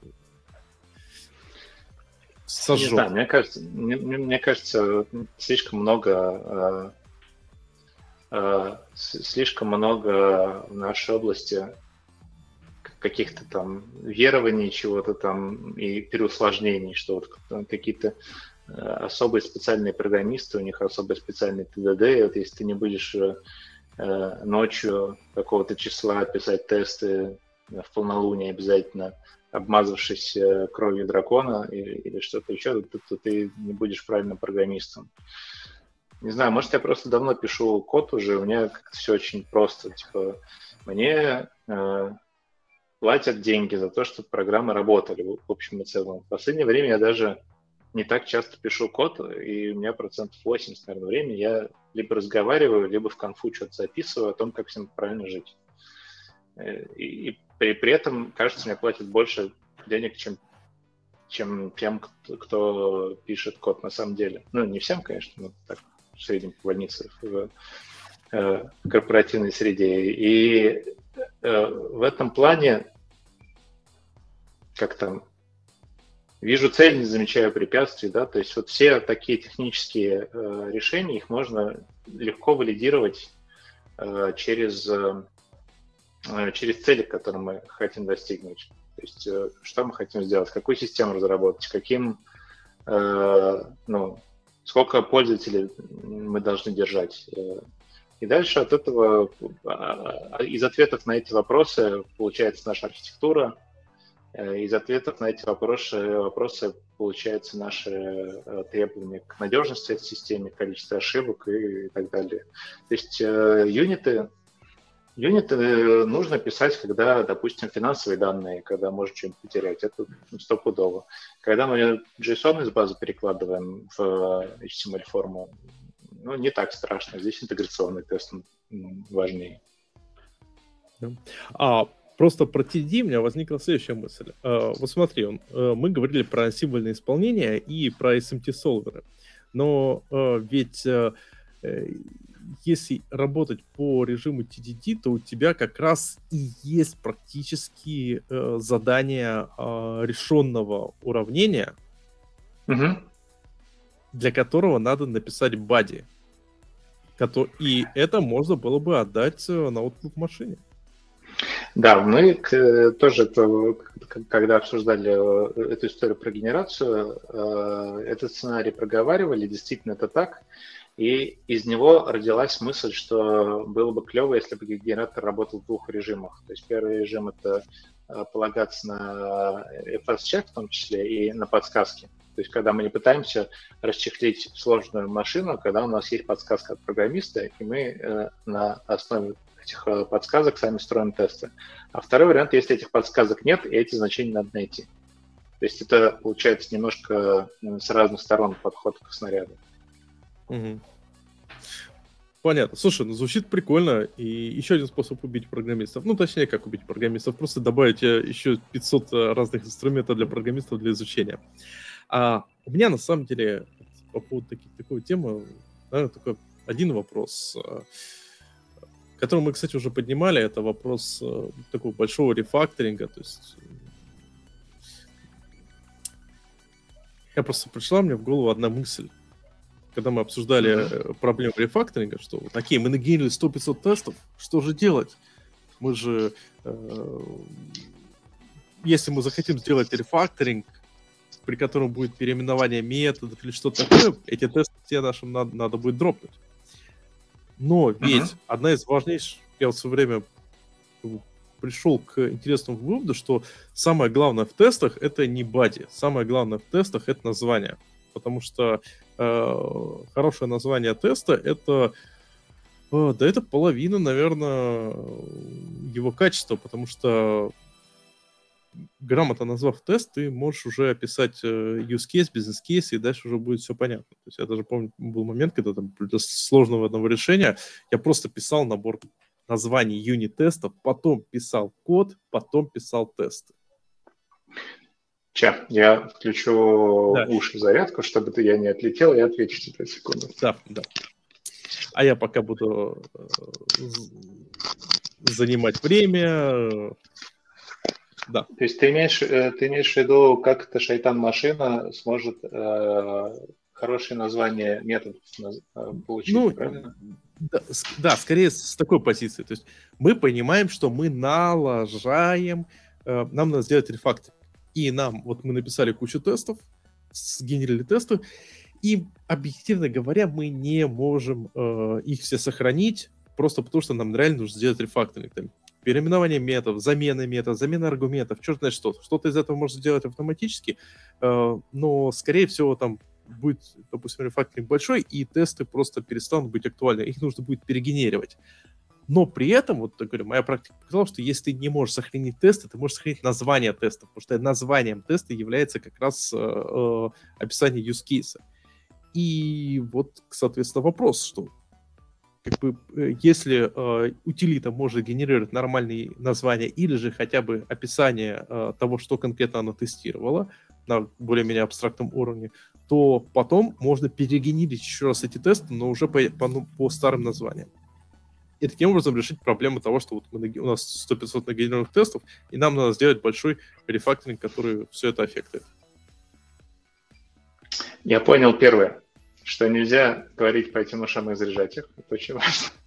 сожжет. Не знаю, мне кажется, мне, мне кажется, слишком много... Э, э, слишком много в нашей области каких-то там верований, чего-то там и переусложнений, что вот какие-то особые специальные программисты, у них особые специальные ти ди ди. Вот если ты не будешь э, ночью какого-то числа писать тесты в полнолуние обязательно, обмазавшись кровью дракона или, или что-то еще, то, то ты не будешь правильным программистом. Не знаю, может, я просто давно пишу код уже, у меня как-то все очень просто. Типа, мне... Э, платят деньги за то, чтобы программы работали, в общем и целом. В последнее время я даже не так часто пишу код, и у меня процентов восемьдесят, наверное, времени я либо разговариваю, либо в конфу что-то записываю о том, как всем правильно жить. И, и при, при этом, кажется, мне платят больше денег, чем, чем тем, кто, кто пишет код на самом деле. Ну, не всем, конечно, но так в среднем по больнице, в э, корпоративной среде. И в этом плане как там вижу цель, не замечаю препятствий, да, то есть вот все такие технические э, решения, их можно легко валидировать э, через, э, через цели, которые мы хотим достигнуть. То есть э, что мы хотим сделать, какую систему разработать, каким, э, ну, сколько пользователей мы должны держать. И дальше от этого, из ответов на эти вопросы получается наша архитектура, из ответов на эти вопросы, вопросы получаются наши требования к надежности этой системы, количество ошибок и, и так далее. То есть юниты, юниты нужно писать, когда, допустим, финансовые данные, когда можно что-нибудь потерять, это стопудово. Когда мы JSON из базы перекладываем в эйч ти эм эль-форму, ну, не так страшно. Здесь интеграционный тест важнее. А просто про ти ди ди у меня возникла следующая мысль. А, вот смотри, он, мы говорили про символьное исполнение и про эс эм ти-солверы. Но а, ведь а, если работать по режиму ти ди ди, то у тебя как раз и есть практически а, задание а, решенного уравнения, угу. для которого надо написать body. И это можно было бы отдать на output машине. Да, мы тоже, когда обсуждали эту историю про генерацию, этот сценарий проговаривали, действительно это так, и из него родилась мысль, что было бы клево, если бы генератор работал в двух режимах. То есть первый режим — это полагаться на эф эс-чек в том числе и на подсказки. То есть когда мы не пытаемся расчехлить сложную машину, когда у нас есть подсказка от программиста, и мы на основе этих подсказок сами строим тесты. А второй вариант, если этих подсказок нет, и эти значения надо найти. То есть это получается немножко с разных сторон подход к снаряду. Угу. Понятно. Слушай, ну звучит прикольно. И еще один способ убить программистов. Ну, точнее, как убить программистов. Просто добавить еще пятьсот разных инструментов для программистов для изучения. А у меня, на самом деле, по поводу таких, такой темы, наверное, такой один вопрос, который мы, кстати, уже поднимали. Это вопрос такого большого рефакторинга. То есть я просто пришла мне в голову одна мысль. Когда мы обсуждали mm-hmm. проблему рефакторинга, что вот, окей, мы нагенерили сто-пятьсот тестов, что же делать? Мы же, э, если мы захотим сделать рефакторинг, при котором будет переименование методов или что-то такое, эти тесты все нашим надо, надо будет дропнуть. Но ведь mm-hmm. одна из важнейших, я вот в свое время пришел к интересному выводу, что самое главное в тестах — это не body, самое главное в тестах — это название. Потому что э, хорошее название теста — это, э, да, это половина, наверное, его качества, потому что грамотно назвав тест, ты можешь уже описать э, use case, бизнес-кейс, и дальше уже будет все понятно. То есть я даже помню, был момент, когда там для сложного одного решения я просто писал набор названий юнит-тестов, потом писал код, потом писал тесты. Сейчас я включу да. уши в зарядку, чтобы ты, я не отлетел, и отвечу тебе секунду. Да, да. А я пока буду э, занимать время. Да. То есть ты имеешь, ты имеешь в виду, как эта шайтан-машина сможет э, хорошее название методов получить, ну, правильно? Да, да, скорее с такой позиции. То есть мы понимаем, что мы налажаем, э, нам надо сделать рефактор. И нам, вот мы написали кучу тестов, сгенерили тесты, и, объективно говоря, мы не можем э, их все сохранить, просто потому что нам реально нужно сделать рефакторинг. Там, переименование методов, замена методов, замена аргументов, черт знает что. Что-то из этого можно сделать автоматически, э, но, скорее всего, там будет, допустим, рефакторинг большой, и тесты просто перестанут быть актуальны. Их нужно будет перегенерировать. Но при этом, вот, я говорю, моя практика показала, что если ты не можешь сохранить тесты, ты можешь сохранить название тестов, потому что названием теста является как раз э, э, описание use case. И вот, соответственно, вопрос, что как бы, э, если э, утилита может генерировать нормальные названия или же хотя бы описание э, того, что конкретно она тестировала на более-менее абстрактном уровне, то потом можно перегенерить еще раз эти тесты, но уже по, по, ну, по старым названиям. И таким образом решить проблему того, что вот мы, у нас сто-пятьсот нагенерированных тестов, и нам надо сделать большой рефакторинг, который все это аффектует. Я понял первое, что нельзя говорить по этим ушам и заряжать их. Это очень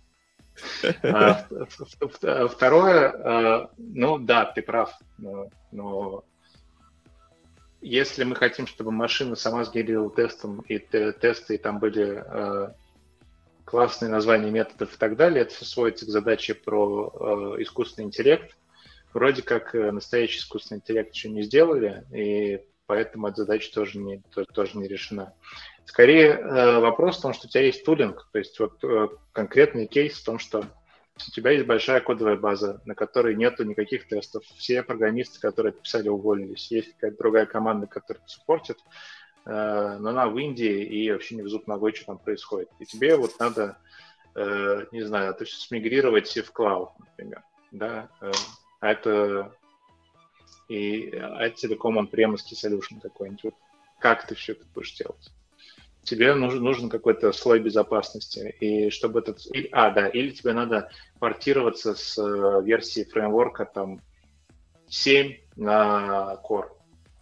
важно. Второе, ну да, ты прав, но если мы хотим, чтобы машина сама сгенерировала тестом, и тесты, и там были классные названия методов и так далее, это все сводится к задаче про э, искусственный интеллект. Вроде как э, настоящий искусственный интеллект еще не сделали, и поэтому эта задача тоже не, то, тоже не решена. Скорее э, вопрос в том, что у тебя есть тулинг, то есть вот э, конкретный кейс в том, что у тебя есть большая кодовая база, на которой нету никаких тестов. Все программисты, которые это писали, уволились. Есть какая-то другая команда, которая это суппортит, но она в Индии и вообще не в зуб ногой, что там происходит. И тебе вот надо, э, не знаю, то есть смигрировать в клауд, например, да, э, а это и а это телеком on-premise solution какой-нибудь. Вот как ты все это будешь делать? Тебе нужен, нужен какой-то слой безопасности, и чтобы этот... И, а, да, или тебе надо портироваться с версии фреймворка там семь на Core.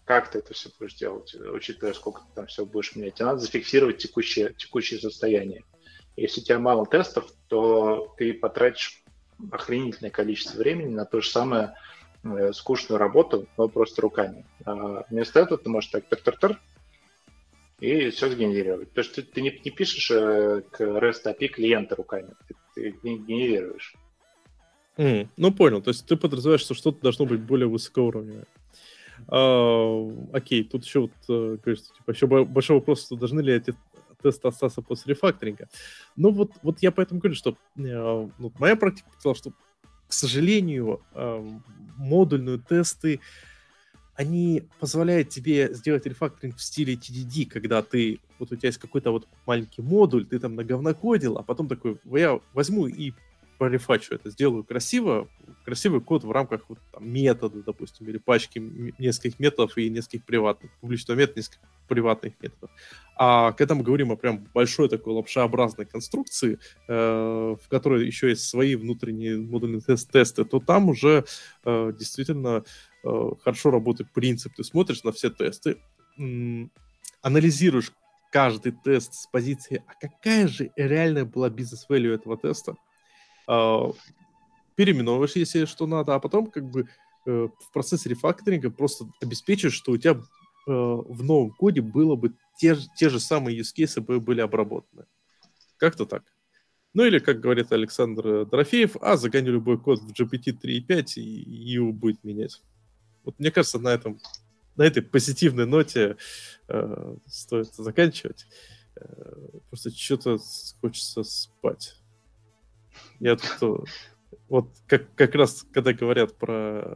как ты это все будешь делать, учитывая, сколько ты там все будешь менять. Тебе надо зафиксировать текущее, текущее состояние. Если у тебя мало тестов, то ты потратишь охренительное количество времени на то же самое э, скучную работу, но просто руками. А вместо этого ты можешь так тыр-тыр-тыр и все сгенерировать. Потому что ты, ты не, не пишешь э, к REST эй пи ай клиента руками, ты, ты генерируешь. Mm, ну, понял. То есть ты подразумеваешь, что что-то должно быть более высокоуровневое. А, окей, тут еще вот, э, говорится, типа, еще большой вопрос, что должны ли эти тесты остаться после рефакторинга. Ну, вот, вот я поэтому говорю, что э, ну, моя практика показала, что, к сожалению, э, модульные тесты, они позволяют тебе сделать рефакторинг в стиле ти ди ди, когда ты, вот у тебя есть какой-то вот маленький модуль, ты там наговнокодил, а потом такой, я возьму и порефачу это, сделаю красиво, красивый код в рамках вот, там, метода, допустим, или пачки м- нескольких методов и нескольких приватных, публичного метода, нескольких приватных методов. А когда мы говорим о прям большой такой лапшеобразной конструкции, э, в которой еще есть свои внутренние модульные тест- тесты, то там уже э, действительно э, хорошо работает принцип. Ты смотришь на все тесты, м- анализируешь каждый тест с позиции, а какая же реальная была бизнес-value этого теста, Uh, переименовываешь, если что надо, а потом как бы uh, в процессе рефакторинга просто обеспечиваешь, что у тебя uh, в новом коде было бы те, те же самые use cases бы были обработаны. Как-то так. Ну или, как говорит Александр Дорофеев, а, загони любой код в джи пи ти три и пять и, и его будет менять. Вот мне кажется, на этом, на этой позитивной ноте uh, стоит заканчивать. Uh, просто что-то хочется спать. Я тут, вот как, как раз, когда говорят про,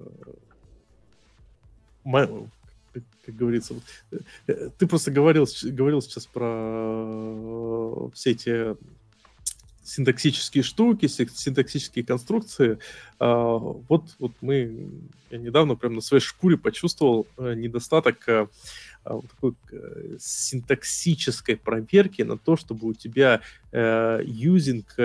как, как говорится, ты просто говорил, говорил сейчас про все эти синтаксические штуки, синтаксические конструкции. Вот, вот мы, я недавно прям на своей шкуре почувствовал недостаток вот такой синтаксической проверки на то, чтобы у тебя юзинг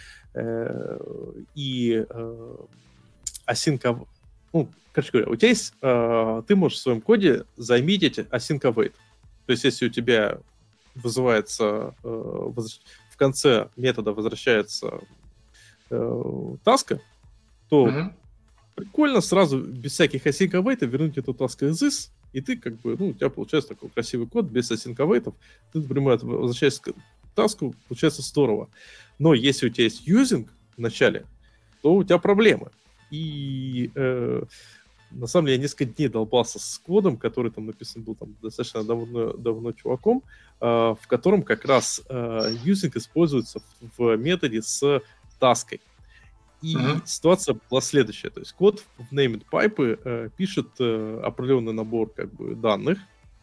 и э, async, ну, короче говоря, у тебя есть, э, ты можешь в своем коде заметить async await. То есть, если у тебя вызывается э, воз... в конце метода возвращается э, таска, то mm-hmm. прикольно сразу без всяких async await вернуть эту таску из is, и ты как бы, ну, у тебя получается такой красивый код без async await, ты, например, возвращаешься к таску, получается здорово. Но если у тебя есть юзинг в начале, то у тебя проблемы. И э, на самом деле я несколько дней долбался с кодом, который там написан был там, достаточно давно, давно чуваком, э, в котором как раз э, юзинг используется в, в методе с таской. И mm-hmm. ситуация была следующая. То есть код в named pipe э, пишет э, определенный набор как бы, данных.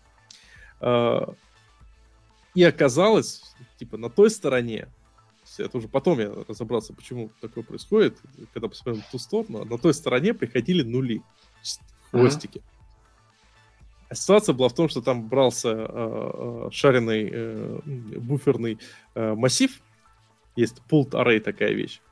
Э, и оказалось, типа, на той стороне, это уже потом я разобрался, почему такое происходит, когда посмотрел в ту сторону, на той стороне приходили нули, хвостики. Mm-hmm. А ситуация была в том, что там брался э, э, шаренный э, буферный э, массив, есть pulled array такая вещь,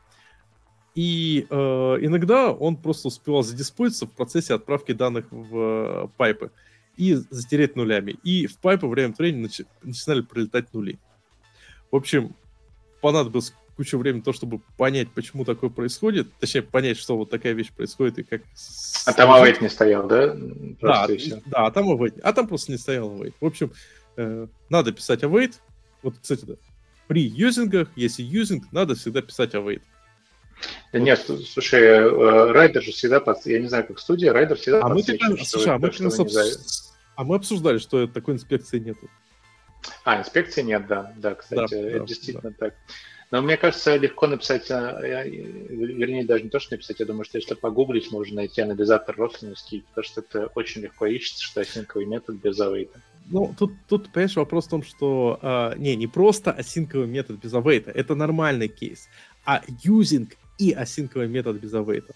и э, иногда он просто успевал задиспоиться в процессе отправки данных в э, пайпы и затереть нулями. И в пайпы время от времени начи- начинали прилетать нули. В общем, понадобилось кучу времени то, чтобы понять, почему такое происходит, точнее, понять, что вот такая вещь происходит и как... А там await не стоял, да? Да, да, а там await, а там просто не стоял await. В общем, э, надо писать await. Вот, кстати, да, при юзингах, если юзинг, надо всегда писать await. Да вот. Нет, слушай, райдер же всегда, под... я не знаю, как студия, райдер всегда а подсвечивает, мы, что, слушай, вы, а, мы что вы не за... а мы обсуждали, что такой инспекции нету. А, инспекции нет, да, да, кстати, да, это да, действительно да. так. Но мне кажется, легко написать, вернее, даже не то, что написать, я думаю, что если погуглить, можно найти анализатор рослиновский, потому что это очень легко ищется, что асинковый метод без await. Ну, тут, тут, понимаешь, вопрос в том, что э, не, не просто асинковый метод без await, это нормальный кейс, а using и асинковый метод без await.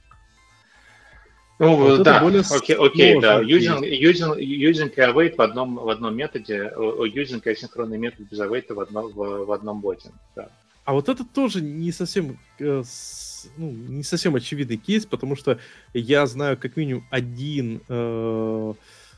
Ну, вот да, окей, окей, да, using, using, using и await в одном, в одном методе, using и асинхронный метод без await в одном, в, в одном боте, да. А вот это тоже не совсем, э, с, ну, не совсем очевидный кейс, потому что я знаю как минимум один э,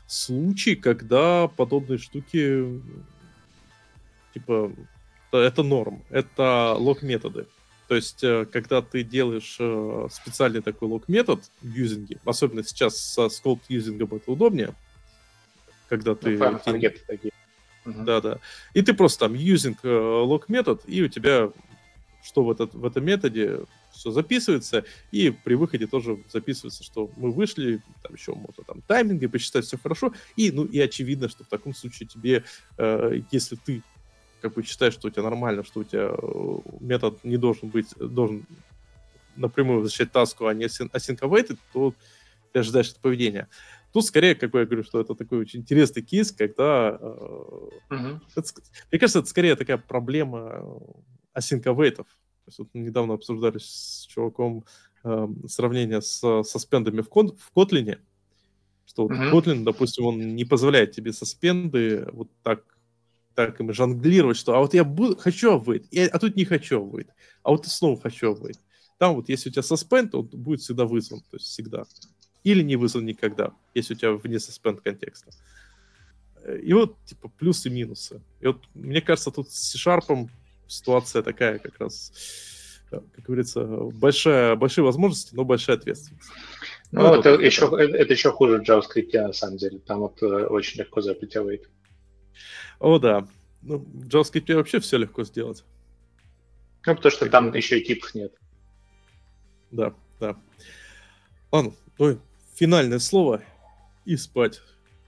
случай, когда подобные штуки, типа, это норм, это лог-методы. То есть, когда ты делаешь специальный такой лог-метод в юзинге, особенно сейчас со сколд-юзингом это удобнее, когда ты... Ну, фаргеты такие. Да-да. И ты просто там using log метод, и у тебя что в, этот, в этом методе все записывается, и при выходе тоже записывается, что мы вышли, там еще можно там тайминги посчитать, все хорошо, и, ну, и очевидно, что в таком случае тебе, э, если ты как бы считаешь, что у тебя нормально, что у тебя метод не должен быть, должен напрямую возвращать таску, а не async-awaited, то ты ожидаешь это поведения. Тут скорее, как бы я говорю, что это такой очень интересный кейс, когда... Э, uh-huh. это, мне кажется, это скорее такая проблема async-await-ов. То есть вот недавно обсуждали с чуваком э, сравнение с саспендами в, кон, в Kotlin, что вот uh-huh. Kotlin, допустим, он не позволяет тебе саспенды вот так, так им жонглировать, что а вот я буду, хочу await, а тут не хочу await, а вот снова хочу await. Там вот если у тебя suspend, то он будет всегда вызван, то есть всегда. Или не вызван никогда, если у тебя вне suspend контекста. И вот, типа, плюсы и минусы. И вот, мне кажется, тут с C-Sharp ситуация такая как раз, как говорится, большая, большие возможности, но большая ответственность. Ну, ну это, это, еще, это, это еще хуже в JavaScript, на самом деле. Там вот очень легко забыть await. О, да. Ну, в JavaScript вообще все легко сделать. Ну, потому что как там это... еще и типов нет. Да, да. Ладно, ну, финальное слово и спать.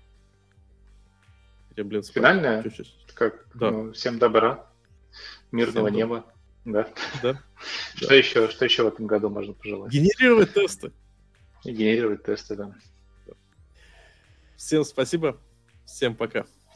Я, блин, спать. Финальное? Чуть-чуть. Как? Да. Ну, всем добра. Мирного всем неба. Да. Да. Что да. еще? Что еще в этом году можно пожелать? Генерировать тесты. Генерировать тесты, да. Всем спасибо. Всем пока.